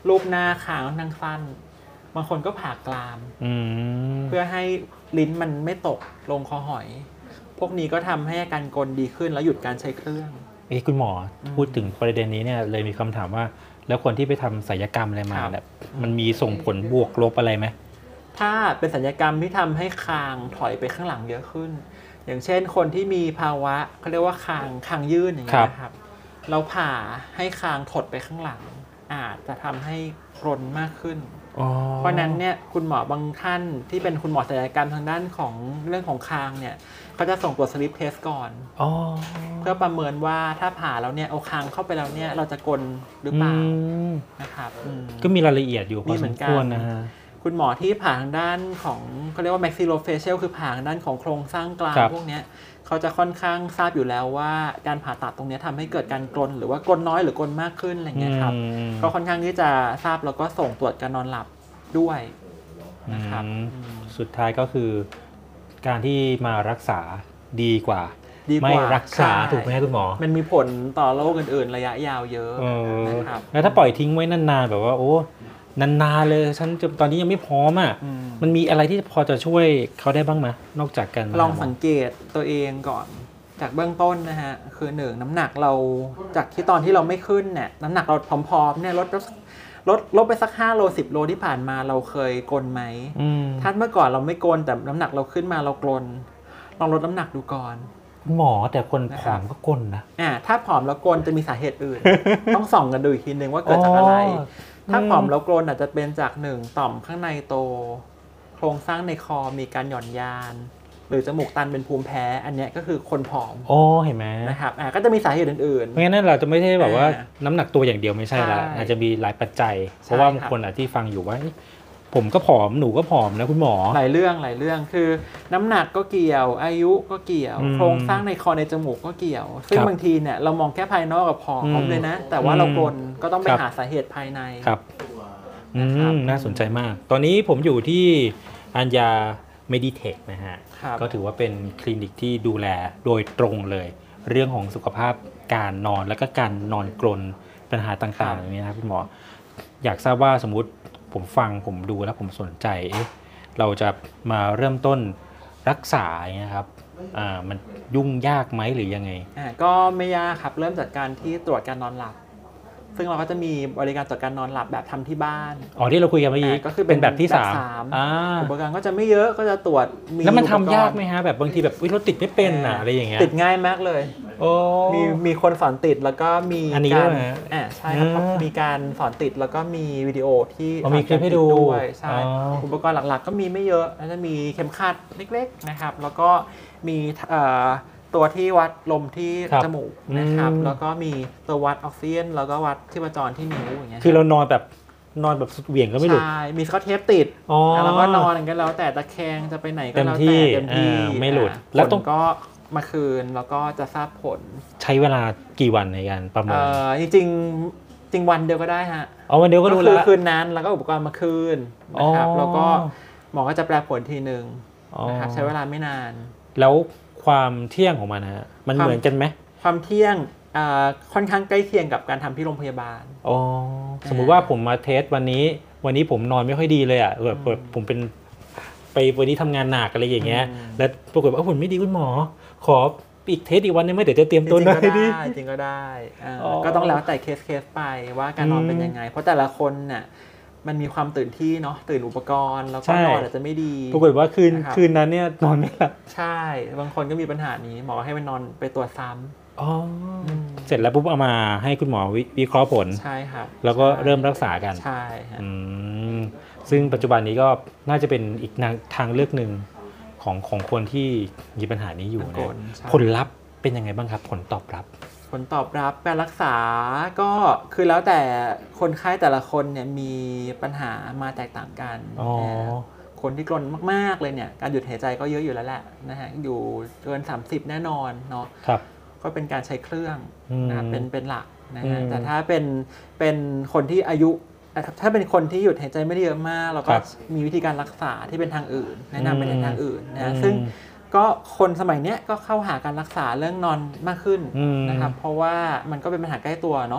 รูปหน้าคางค่อนข้างสั้นบางคนก็ผ่ากรามเพื่อให้ลิ้นมันไม่ตกลงคอหอยพวกนี้ก็ทำให้อาการกรนดีขึ้นแล้วหยุดการใช้เครื่องเอ้คุณหมอพูดถึงประเด็นนี้เนี่ยเลยมีคำถามว่าแล้วคนที่ไปทำศัลยกรรมอะไรมาแบบมันมีส่งผลบวกลบอะไรไหมถ้าเป็นศัลยกรรมที่ทำให้คางถอยไปข้างหลังเยอะขึ้นอย่างเช่นคนที่มีภาวะเขาเรียกว่าคางคางยื่นอย่างเงี้ยนะครับเราผ่าให้คางถดไปข้างหลังอาจจะทำให้กรนมากขึ้นเพราะนั้นเนี่ยคุณหมอบางท่านที่เป็นคุณหมอศัลยกรรมทางด้านของเรื่องของคางเนี่ยเขาจะส่งตรวจสลิปเทสก่อนเพื่อประเมินว่าถ้าผ่าแล้วเนี่ยเอาคางเข้าไปแล้วเนี่ยเราจะกรนหรือเปล่านะครับก็มีรายละเอียดอยู่พอสมควรนะฮะคุณหมอที่ผ่าทางด้านของเขาเรียกว่า maxillofacial คือผ่าทางด้านของโครงสร้างกรามพวกนี้เขาจะค่อนข้างทราบอยู่แล้วว่าการผ่าตัดตรงนี้ทำให้เกิดการกรนหรือว่ากรนน้อยหรือกรนมากขึ้นอะไรเงี้ยครับก็ค่อนข้างที่จะทราบแล้วก็ส่งตรวจการนอนหลับด้วยนะครับสุดท้ายก็คือการที่มารักษาดีกว่าไม่รักษาถูกไหมคุณหมอมันมีผลต่อโรคอื่นๆระยะยาวเยอะนะครับแล้วถ้าปล่อยทิ้งไว้นานๆแบบว่าโอ้นานๆเลยฉันตอนนี้ยังไม่พร้อมอ่ะมันมีอะไรที่พอจะช่วยเขาได้บ้างไหมนอกจากกันลองสังเกตตัวเองก่อนจากเบื้องต้นนะฮะคือหนึ่งน้ำหนักเราจากที่ตอนที่เราไม่ขึ้นเนี่ยน้ำหนักเราผอมๆเนี่ยลดลดลดไปสักห้าโลสิบโลที่ผ่านมาเราเคยกลนไหมถ้าเมื่อก่อนเราไม่กลนแต่น้ำหนักเราขึ้นมาเรากลนลองลดน้ำหนักดูก่อนหมอแต่คนผอมก็กลนนะอ่าถ้าผอมแล้วกลนจะมีสาเหตุอื่น ต้องส่องกันดูอีกทีนึงว่าเกิดจากอะไรถ้าผอมแล้วกรนอาจจะเป็นจากหนึ่งต่อมข้างในโตโครงสร้างในคอมีการหย่อนยานหรือจมูกตันเป็นภูมิแพ้อันนี้ก็คือคนผอมโอ้เห็นไหมนะครับอ่าก็จะมีสาเหตุอื่นๆเพราะงั้นเราจะไม่ใช่แบบว่าน้ำหนักตัวอย่างเดียวไม่ใช่ละอาจจะมีหลายปัจจัยเพราะว่าบางคนที่ฟังอยู่ว่าผมก็ผอมหนูก็ผอมนะคุณหมอหลายเรื่องหลายเรื่องคือน้ำหนักก็เกี่ยวอายุก็เกี่ยวโครงสร้างในคอในจมูกก็เกี่ยวซึ่งบางทีเนี่ยเรามองแค่ภายนอกกับผอมเลยนะแต่ว่าเรากลนก็ต้องไปหาสาเหตุภายในครับอืมน่าสนใจมากตอนนี้ผมอยู่ที่อัญญาเมดิเทคนะฮะก็ถือว่าเป็นคลินิกที่ดูแลโดยตรงเลยเรื่องของสุขภาพการนอนแล้วก็การนอนกรนปัญหาต่างๆอย่างนี้นะครับคุณหมออยากทราบว่าสมมุติผมฟังผมดูแล้วผมสนใจเอ๊ะเราจะมาเริ่มต้นรักษาอย่างเงี้ยครับอ่ามันยุ่งยากไหมหรือยังไงอ่าก็ไม่ยากครับเริ่มจากการที่ตรวจการนอนหลับซึ่งเราก็จะมีบริการตรวจการนอนหลับแบบทำที่บ้านอ๋อที่เราคุยกันเมื่อกี้ก็คือเป็นแบบที่สามอุปกรณ์ก็จะไม่เยอะก็จะตรวจแล้วมันทำยากไหมฮะแบบบางทีแบบรถติดไม่เป็นอ่ะอะไรอย่างเงี้ยติดง่ายมากเลยโอ้มีมีคนสอนติดแล้วก็มีการอ่าใช่ครับมีการสอนติดแล้วก็มีวิดีโอที่มีคลิปให้ดูด้วยใช่อุปกรณ์หลักๆก็มีไม่เยอะแล้วจะมีเข็มขัดเล็กๆนะครับแล้วก็มีตัวที่วัดลมที่จมูกนะครับแล้วก็มีตัววัดออกซิเจนแล้วก็วัดชีพจรที่นิ้วอย่างเงี้ยคือเรานอนแบบนอนแบบสุดเหวี่ยงก็ไม่หลุดใช่มีสกอตเทปติดแล้วก็นอนกันแล้วแต่ตะแคงจะไปไหนก็แล้วแต่เต็มที่ไม่หลุดแล้วต้องก็มาคืนแล้วก็จะทราบผลใช้เวลากี่วันในการประเมินจริงๆจริงวันเดียวก็ได้ฮะอ๋อวันเดียวก็รู้แล้วคืนนั้นแล้วก็อุปกรณ์มาคืนนะครับแล้วก็หมอก็จะแปลผลทีนึงนะครับใช้เวลาไม่นานแล้วความเที่ยงของมันนะฮะมันเหมือนกันไหมความเที่ยงค่อนข้างใกล้เคียงกับการทำที่โรงพยาบาลอ๋อสมมุติว่าผมมาเทสวันนี้วันนี้ผมนอนไม่ค่อยดีเลยอ่ะแบบผมเป็นไปวันนี้ทำงานหนักอะไรอย่างเงี้ยแล้วปรากฏว่าผลไม่ดีคุณหมอขออีกเทสอีกวันนึงไม่เดี๋ยวจะเตรียมตัวหน่อยดิจริงก็ได้ก็ต้องแล้วแต่เคสเคสไปว่าการนอนเป็นยังไงเพราะแต่ละคนน่ะมันมีความตื่นที่เนาะตื่นอุปกรณ์แล้วก็นอนอาจจะไม่ดีปรากฏว่าคืนคืนนั้นเนี่ยนอนไม่หลับใช่บางคนก็มีปัญหานี้หมอให้ไปนอนไปตรวจซ้ำอ๋อเสร็จแล้วปุ๊บเอามาให้คุณหมอวิเคราะห์ผลใช่ครับแล้วก็เริ่มรักษากันใช่อืมซึ่งปัจจุบันนี้ก็น่าจะเป็นอีกทางเลือกหนึ่งของของคนที่มีปัญหานี้อยู่นะผลลัพธ์เป็นยังไงบ้างครับผลตอบรับผลตอบรับการรักษาก็คือแล้วแต่คนไข้แต่ละคนเนี่ยมีปัญหามาแตกต่างกันคนที่กรนมากๆเลยเนี่ยการหยุดหายใจก็เยอะอยู่แล้วแหละนะฮะอยู่เกินสามสิบแน่นอนเนาะก็เป็นการใช้เครื่องนะเป็นเป็นหลักนะฮะแต่ถ้าเป็นเป็นคนที่อายุถ้าเป็นคนที่หยุดหายใจไม่ได้เยอะมากเราก็มีวิธีการรักษาที่เป็นทางอื่นแนะนำเป็นทางอื่นนะซึ่งก็คนสมัยนี้ก็เข้าหาการรักษาเรื่องนอนมากขึ้นนะครับเพราะว่ามันก็เป็นปัญหาใกล้ตัวเนาะ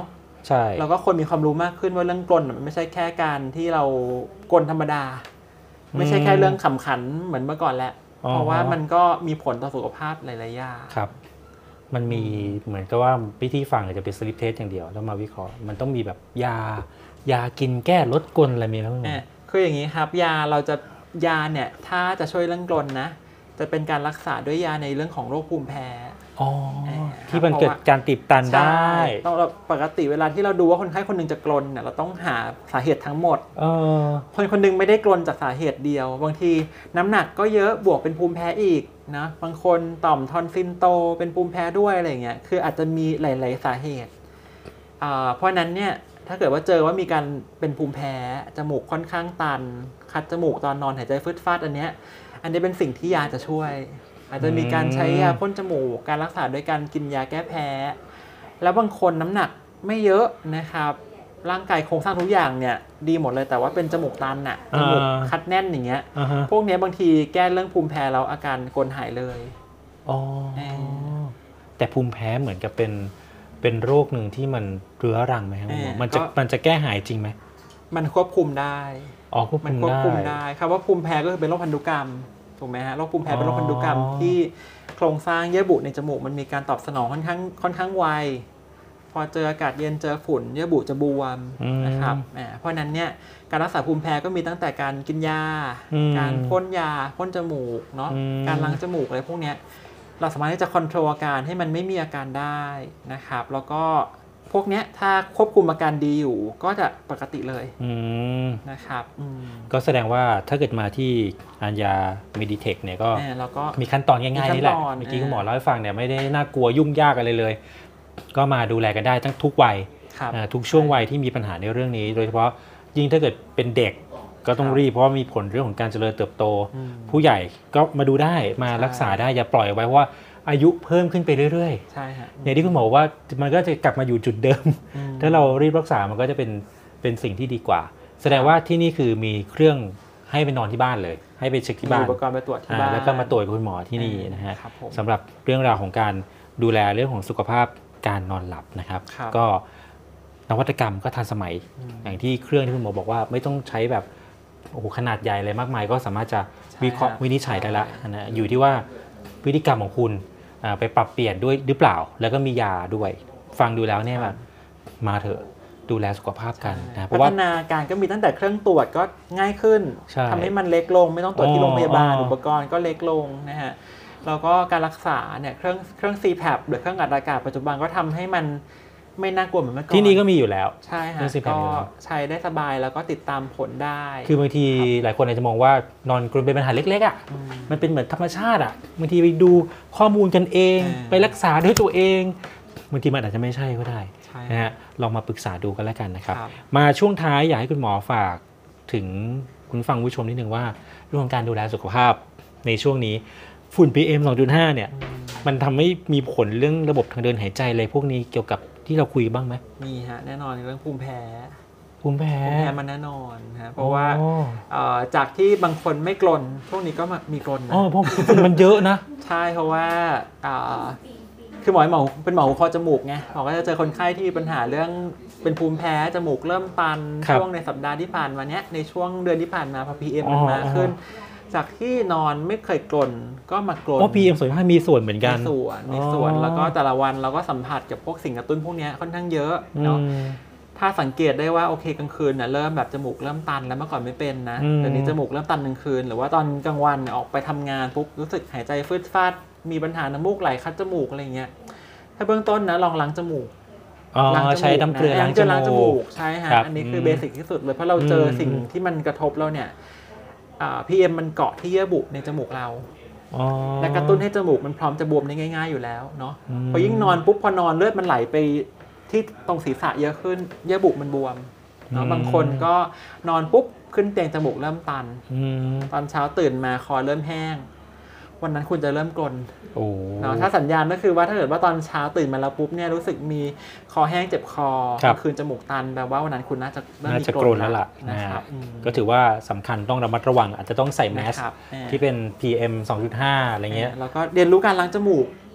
ใช่แล้วก็คนมีความรู้มากขึ้นว่าเรื่องกลนมันไม่ใช่แค่การที่เรากลธรรมดาไม่ใช่แค่เรื่องขำขันเหมือนเมื่อก่อนแล้วเพราะว่ามันก็มีผลต่อสุขภาพหลายๆอย่างครับมันมีเหมือนกับว่าพิธีฟังจะเป็นสลิปเทสอย่างเดียวแล้วมาวิเคราะห์มันต้องมีแบบยายากินแก้ลดกลอะไรมีไหมคืออย่างนี้ครับยาเราจะยาเนี่ยถ้าจะช่วยเรื่องกลนะจะเป็นการรักษาด้วยยาในเรื่องของโรคภูมิแพ้อ๋อที่มันเกิดการตีบตันได้ต้องเราปกติเวลาที่เราดูว่าคนไข้คนนึงจะกลนเนี่ยเราต้องหาสาเหตุทั้งหมดเออคนคนนึงไม่ได้กลนจากสาเหตุเดียวบางทีน้ำหนักก็เยอะบวกเป็นภูมิแพ้อีกนะบางคนต่อมทอนซิลโตเป็นภูมิแพ้ด้วยอะไรเงี้ยคืออาจจะมีหลายๆสาเหตุอ่าเพราะนั้นเนี่ยถ้าเกิดว่าเจอว่ามีการเป็นภูมิแพ้จมูกค่อนข้างตันคัดจมูกตอนนอนหายใจฟืดฟาดอันเนี้ยอันนี้เป็นสิ่งที่ยาจะช่วยอาจจะมีการใช้ยาพ่นจมูกการรักษาโดยการกินยาแก้แพ้แล้วบางคนน้ำหนักไม่เยอะนะครับร่างกายโครงสร้างทุกอย่างเนี่ยดีหมดเลยแต่ว่าเป็นจมูกตันน่ะจมูกคัดแน่นอย่างเงี้ยพวกนี้บางทีแก้เรื่องภูมิแพ้แล้วอาการกลหายเลยอ๋อแต่ภูมิแพ้เหมือนกับเป็นเป็นโรคหนึ่งที่มันเรื้อรังไหมครับมันจะมันจะแก้หายจริงไหมมันควบคุมได้อ๋อควบคุมได้คำว่าภูมิแพ้ก็คือเป็นโรคพันธุกรรมถูกไหมฮะโรคภูมิแพ้เป็นโรคพันธุกรรมที่โครงสร้างเยื่อบุในจมูกมันมีการตอบสนองค่อนข้างค่อนข้างไวพอเจออากาศเย็นเจอฝุ่นเยื่อบุจะบวมนะครับเพราะนั้นเนี่ยการรักษาภูมิแพ้ก็มีตั้งแต่การกินยาการพ่นยาพ่นจมูกเนาะการล้างจมูกอะไรพวกนี้เราสามารถที่จะควบคุมอาการให้มันไม่มีอาการได้นะครับแล้วก็พวกนี้ถ้าควบคุมอาการดีอยู่ก็จะปกติเลยนะครับก็แสดงว่าถ้าเกิดมาที่อัญญาเมดิเทคเนี่ยก็มีขั้นตอนง่ายๆนี่แหละเมื่อกี้คุณหมอเล่าให้ฟังเนี่ยไม่ได้น่ากลัวยุ่งยากอะไรเลยก็มาดูแลกันได้ทั้งทุกวัยทุกช่วงวัยที่มีปัญหาในเรื่องนี้โดยเฉพาะยิ่งถ้าเกิดเป็นเด็กก็ต้องรีบเพราะมีผลเรื่องของการเจริญเติบโตผู้ใหญ่ก็มาดูได้มารักษาได้อย่าปล่อยไว้เพราะว่าอายุเพิ่มขึ้นไปเรื่อยๆใช่ครับอย่างที่คุณหมอว่ามันก็จะกลับมาอยู่จุดเดิมถ้าเรารีบรักษามันก็จะเป็นเป็นสิ่งที่ดีกว่าแสดงว่าที่นี่คือมีเครื่องให้ไปนอนที่บ้านเลยให้ไปเช็คที่บ้านอุปกรณ์ไปตรวจที่บ้านแล้วก็มาตรวจคุณหมอที่นี่นะฮะสำหรับเรื่องราวของการดูแลเรื่องของสุขภาพการนอนหลับนะครับก็นวัตกรรมก็ทันสมัยอย่างที่เครื่องที่คุณหมอบอกว่าไม่ต้องใช้แบบโอ้โหขนาดใหญ่อะไรมากมายก็สามารถจะวิเคราะห์วินิจฉัยได้ละนะอยู่ที่ว่าพฤติกรรมของคุณไปปรับเปลี่ยนด้วยหรือเปล่าแล้วก็มียาด้วยฟังดูแล้วเนี่ยแบบมาเถอะดูแลสุขภาพกันนะเพราะว่าพัฒนาการก็มีตั้งแต่เครื่องตรวจก็ง่ายขึ้นทำให้มันเล็กลงไม่ต้องตรวจที่โรงพยาบาลอุปกรณ์ก็เล็กลงนะฮะแล้วก็การรักษาเนี่ยเครื่องเครื่อง ซี แพป หรือเครื่องอัดอากาศปัจจุบันก็ทำให้มันไม่น่ากลัวเหมือนเมื่อก่อนที่นี่ก็มีอยู่แล้วใช่ฮะก็ใช้ได้สบายแล้วก็ติดตามผลได้คือบางทีหลายคนอาจจะมองว่านอนกรนเป็นปัญหาเล็กๆอ่ะมันเป็นเหมือนธรรมชาติอ่ะบางทีไปดูข้อมูลกันเองไปรักษาด้วยตัวเองบางทีมันอาจจะไม่ใช่ก็ได้นะฮะลองมาปรึกษาดูกันแล้วกันนะครับมาช่วงท้ายอยากให้คุณหมอฝากถึงคุณฟังผู้ชมนิดนึงว่าเรื่องของการดูแลสุขภาพในช่วงนี้ฝุ่น พี เอ็ม สองจุดห้า เนี่ยมันทำให้มีผลเรื่องระบบทางเดินหายใจอะไรพวกนี้เกี่ยวกับที่เราคุยบ้างไหมมีฮะแน่นอนเรื่องภูมิแพ้ภูมิแพ้ภูมิแพ้มันแน่นอนฮะเพราะว่าจากที่บางคนไม่กลนพวกนี้ก็มีกลนนะอ๋อเพราะฝุ่นมันเยอะนะใช่เพราะว่าคือหมอหมอเป็นหมอหูคอจมูกไงหมอก็จะเจอคนไข้ที่มีปัญหาเรื่องเป็นภูมิแพ้จมูกเริ่มตันช่วงในสัปดาห์ที่ผ่านมาเนี้ยในช่วงเดือนที่ผ่านมาพอ พี เอ็ม มันมาขึ้นจากที่นอนไม่เคยกลนก็มากลนเพราะ พี เอ็ม สองจุดห้า มีส่วนเหมือนกันมีส่วนมีส่วนแล้วก็แต่ละวันเราก็สัมผัสกับพวกสิ่งกระตุ้นพวกนี้ค่อนข้างเยอะเนาะถ้าสังเกตได้ว่าโอเคกลางคืนเนี่ยเริ่มแบบจมูกเริ่มตันแล้วเมื่อก่อนไม่เป็นนะเดี๋ยวนี้จมูกเริ่มตันกลางคืนหรือว่าตอนกลางวันออกไปทำงานปุ๊บรู้สึกหายใจฟืดฟาดมีปัญหาน้ำมูกไหลคัดจมูกอะไรเงี้ยถ้าเบื้องต้นนะลองล้างจมูกใช้น้ำเกลือล้างจมูกใช่ฮะอันนี้คือเบสิกที่สุดเลยเพราะเราเจอสิ่งที่มันกระทบเราเนี่ยพี เอ็ม มันเกาะที่เยื่อบุในจมูกเราและกระตุ้นให้จมูกมันพร้อมจะบวมได้ง่ายๆอยู่แล้วเนาะพอยิ่งนอนปุ๊บพอนอนเลือดมันไหลไปที่ตรงศีรษะเยอะขึ้นเยื่อบุมันบวมเนาะบางคนก็นอนปุ๊บขึ้นเตียงจมูกเริ่มตันตอนเช้าตื่นมาคอเริ่มแห้งวันนั้นคุณจะเริ่มกลนเนาะถ้าสัญญาณก็คือว่าถ้าเกิดว่าตอนเช้าตื่นมาแล้วปุ๊บเนี่ยรู้สึกมีคอแห้งเจ็บคอคืนจมูกตันแปลว่าวันนั้นคุณน่าจะเริ่มมีกลนแล้วล่ะนะครับก็ถือว่าสำคัญต้องระมัดระวังอาจจะต้องใส่แมสที่เป็น พี เอ็ม สองจุดห้า อะไรเงี้ยแล้วก็เรียนรู้การล้างจมูก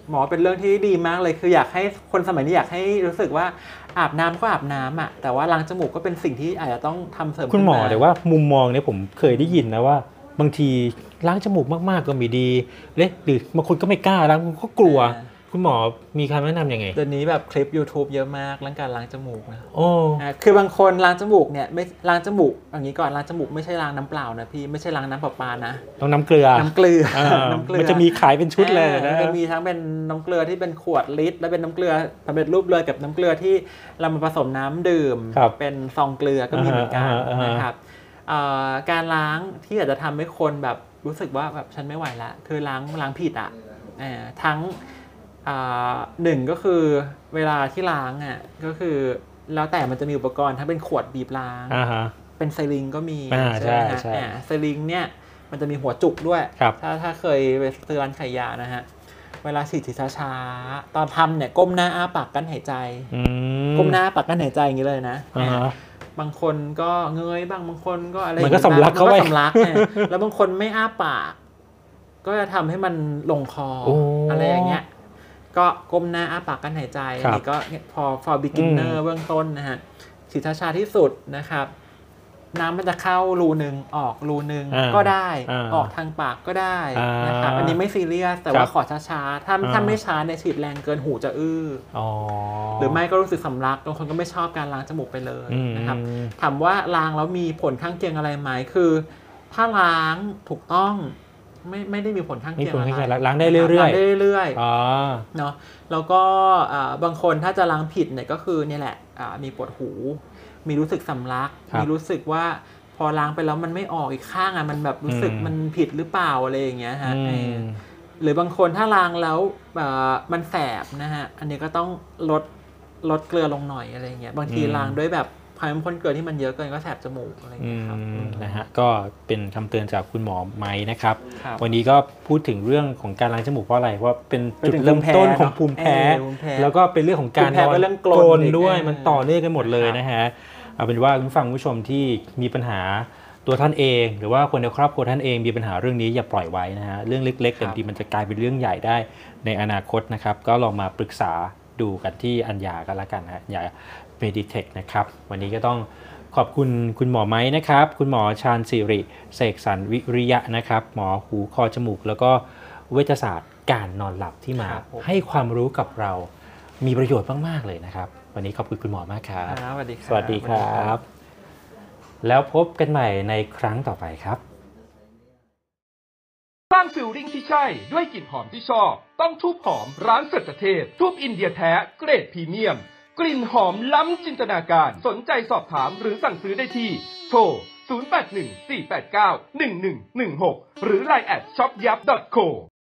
หมอเป็นเรื่องที่ดีมากเลยคืออยากให้คนสมัยนี้อยากให้รู้สึกว่าอาบน้ำก็อาบน้ำอ่ะแต่ว่าล้างจมูกก็เป็นสิ่งที่อาจจะต้องทำเสริมคุณหมอแต่ว่ามุมมองเนี่ยผมเคยได้ยินนะว่าบางทีล้างจมูกมากๆก็ไม่ดีเลยหรือบางคนก็ไม่กล้าล้างก็กลัวคุณหมอมีคำแนะนำยังไงเดี๋ยวนี้แบบคลิป YouTube เยอะมากเรื่องการล้างจมูกนะโอ้คือบางคนล้างจมูกเนี่ยไม่ล้างจมูกอย่างนี้ก่อนล้างจมูกไม่ใช่ล้างน้ำเปล่านะพี่ไม่ใช่ล้างน้ำประปานะต้องน้ำเกลือน้ำเกลือน้ำเกลือมันจะมีขายเป็นชุดเลยนะมันมีทั้งเป็นน้ำเกลือที่เป็นขวดลิตรและเป็นน้ำเกลือสำเร็จรูปเลยกับน้ำเกลือที่เรามาผสมน้ำดื่มเป็นซองเกลือก็มีเหมือนกันนะครับการล้างที่อาจจะทำให้คนแบบรู้สึกว่าแบบฉันไม่ไหวละคือล้างล้างผิดอ่ะทั้งหนึ่งก็คือเวลาที่ล้างอ่ะก็คือแล้วแต่มันจะมีอุปกรณ์ถ้าเป็นขวดบีบล้างเป็นไซริงก็มีใช่ใช่ไซริงเนี่ยมันจะมีหัวจุกด้วยถ้าถ้าเคยไปซื้อร้านขายยานะฮะเวลาฉีดฉีดช้าๆตอนทำเนี่ยก้มหน้าอ้าปากกั้นหายใจก้มหน้าปากกั้นหายใจอย่างนี้เลยนะบางคนก็เงยบ้างบางคนก็อะไรมันก็สำลักเข้าไปสำลักเนี่ยแล้วบางคนไม่อ้าปากก็จะทำให้มันลงคออะไรอย่างเงี้ยก็ก้มหน้าอ้าปากกั้นหายใจอันนี้ก็พอ for beginner เบื้องต้นนะฮะฉีดช้าๆที่สุดนะครับน้ำมันจะเข้ารูนึงออกรูนึงก็ได้ออกทางปากก็ได้นะครับอันนี้ไม่ซีเรียสแต่ว่าขอช้าๆถ้าถ้าไม่ช้าเนี่ยฉีดแรงเกินหูจะอื้อหรือไม่ก็รู้สึกสำลักบางคนก็ไม่ชอบการล้างจมูกไปเลยนะครับถามว่าล้างแล้วมีผลข้างเคียงอะไรไหมคือถ้าล้างถูกต้องไม่ไม่ได้มีผลข้างเคียงอะไรล้างได้เรื่อยๆล้างได้เรื่อยๆเนาะแล้วก็บางคนถ้าจะล้างผิดเนี่ยก็คือเนี่ยแหละมีปวดหูมีรู้สึกสำลักมีรู้สึกว่าพอล้างไปแล้วมันไม่ออกอีกข้างอ่ะมันแบบรู้สึกมันผิดหรือเปล่าอะไรอย่างเงี้ยฮะหรือบางคนถ้าล้างแล้วมันแสบนะฮะอันนี้ก็ต้องลดลดเกลือลงหน่อยอะไรเงี้ยบางทีล้างด้วยแบบพายมันพ่นเกลือที่มันเยอะเกินก็แสบจมูกอะไรอย่างเงี้ยครับนะฮะก็เป็นคำเตือนจากคุณหมอไม้นะครับวันนี้ก็พูดถึงเรื่องของการล้างจมูกเพราะอะไรว่าเป็นจุดเริ่มต้นของภูมิแพ้แล้วก็เป็นเรื่องของการนอนกรนด้วยมันต่อเนื่องกันหมดเลยนะฮะเอาเป็นว่าคุณฟังผู้ชมที่มีปัญหาตัวท่านเองหรือว่าคนในครอบครัวท่านเองมีปัญหาเรื่องนี้อย่าปล่อยไว้นะฮะเรื่องเล็กๆแต่บางทีมันจะกลายเป็นเรื่องใหญ่ได้ในอนาคตนะครับก็ลองมาปรึกษาดูกันที่อัญญากันละกันนะอย่าเมดิเทคนะครับวันนี้ก็ต้องขอบคุณคุณหมอไม้นะครับคุณหมอชาญศิริเสกสรรวิริยะนะครับหมอหูคอจมูกแล้วก็เวชศาสตร์การนอนหลับที่มาให้ความรู้กับเรามีประโยชน์มากๆเลยนะครับวันนี้ขอบคุณคุณหมอมากครับสวัสดีครับสวัสดีครับแล้วพบกันใหม่ในครั้งต่อไปครับสร้างฟิลลิ่งที่ใช่ด้วยกลิ่นหอมที่ชอบต้องทูบหอมร้านสัจเทพทูบอินเดียแท้เกรดพรีเมียมกลิ่นหอมล้ำจินตนาการสนใจสอบถามหรือสั่งซื้อได้ที่โทรศูนย์ แปด หนึ่ง สี่ แปด เก้า หนึ่ง หนึ่ง หนึ่ง หกหรือ ไลน์ แอท ช็อปยับ ดอท โค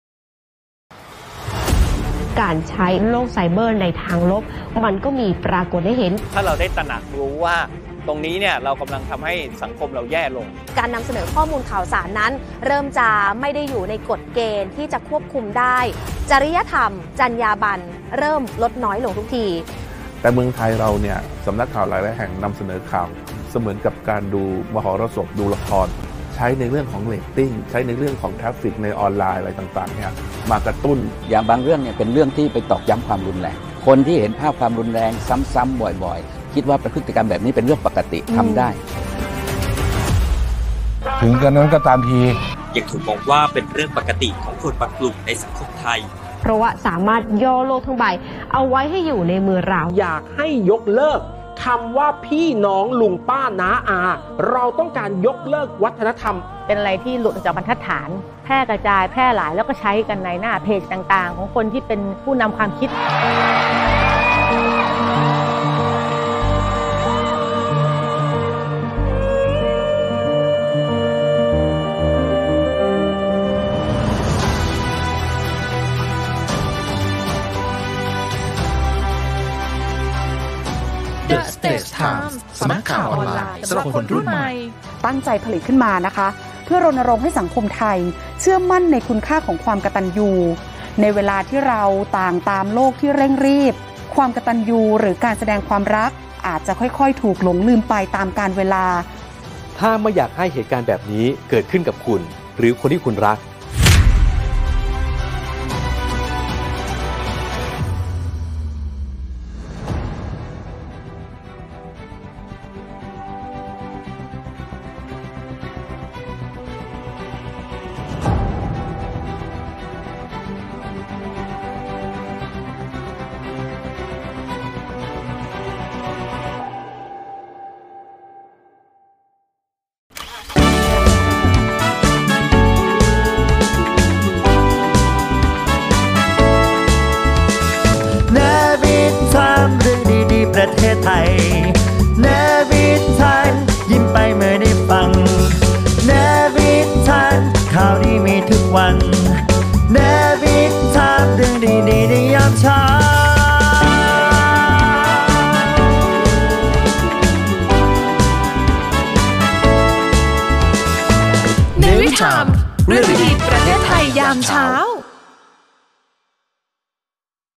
การใช้โลกไซเบอร์ในทางลบมันก็มีปรากฏให้เห็นถ้าเราได้ตระหนักรู้ว่าตรงนี้เนี่ยเรากำลังทำให้สังคมเราแย่ลงการนำเสนอข้อมูลข่าวสารนั้นเริ่มจะไม่ได้อยู่ในกฎเกณฑ์ที่จะควบคุมได้จริยธรรมจรรยาบรรณเริ่มลดน้อยลงทุกทีแต่เมืองไทยเราเนี่ยสำนักข่าวหลายๆแห่งนำเสนอข่าวเสมือนกับการดูมหรสพดูละครใช้ในเรื่องของเรตติ้งใช้ในเรื่องของทราฟฟิกในออนไลน์อะไรต่างๆเนี่ยมากระตุ้นอย่างบางเรื่องเนี่ยเป็นเรื่องที่ไปตอกย้ำความรุนแรงคนที่เห็นภาพความรุนแรงซ้ำๆบ่อยๆคิดว่าพฤติกรรมแบบนี้เป็นเรื่องปกติทำได้ถึงกันนั้นก็ตามทียังถูกมองว่าเป็นเรื่องปกติของคนบางกลุ่มในสังคมไทยเพราะว่าสามารถย่อโลกทั้งใบเอาไว้ให้อยู่ในมือเราอยากให้ยกเลิกคำว่าพี่น้องลุงป้าน้าอาเราต้องการยกเลิกวัฒนธรรมเป็นอะไรที่หลุดออกจากบรรทัดฐานแพร่กระจายแพร่หลายแล้วก็ใช้กันในหน้าเพจต่างๆของคนที่เป็นผู้นำความคิด The Stage Times สำนักข่าวออนไลน์สำหรับคนรุ่นใหม่ตั้งใจผลิตขึ้นมานะคะเพื่อรณรงค์ให้สังคมไทยเชื่อมั่นในคุณค่าของความกตัญญูในเวลาที่เราต่างตามโลกที่เร่งรีบความกตัญญูหรือการแสดงความรักอาจจะค่อยๆถูกหลงลืมไปตามกาลเวลาถ้าไม่อยากให้เหตุการณ์แบบนี้เกิดขึ้นกับคุณหรือคนที่คุณรักประเทศไทยเนวิทันยิ้มไปเมื่อได้ฟังเนวิทันข่าวดีมีทุกวันเนวิทันเรื่องดีๆในยามเช้าเนวิทามเรื่องดีๆประเทศไทยยามเช้า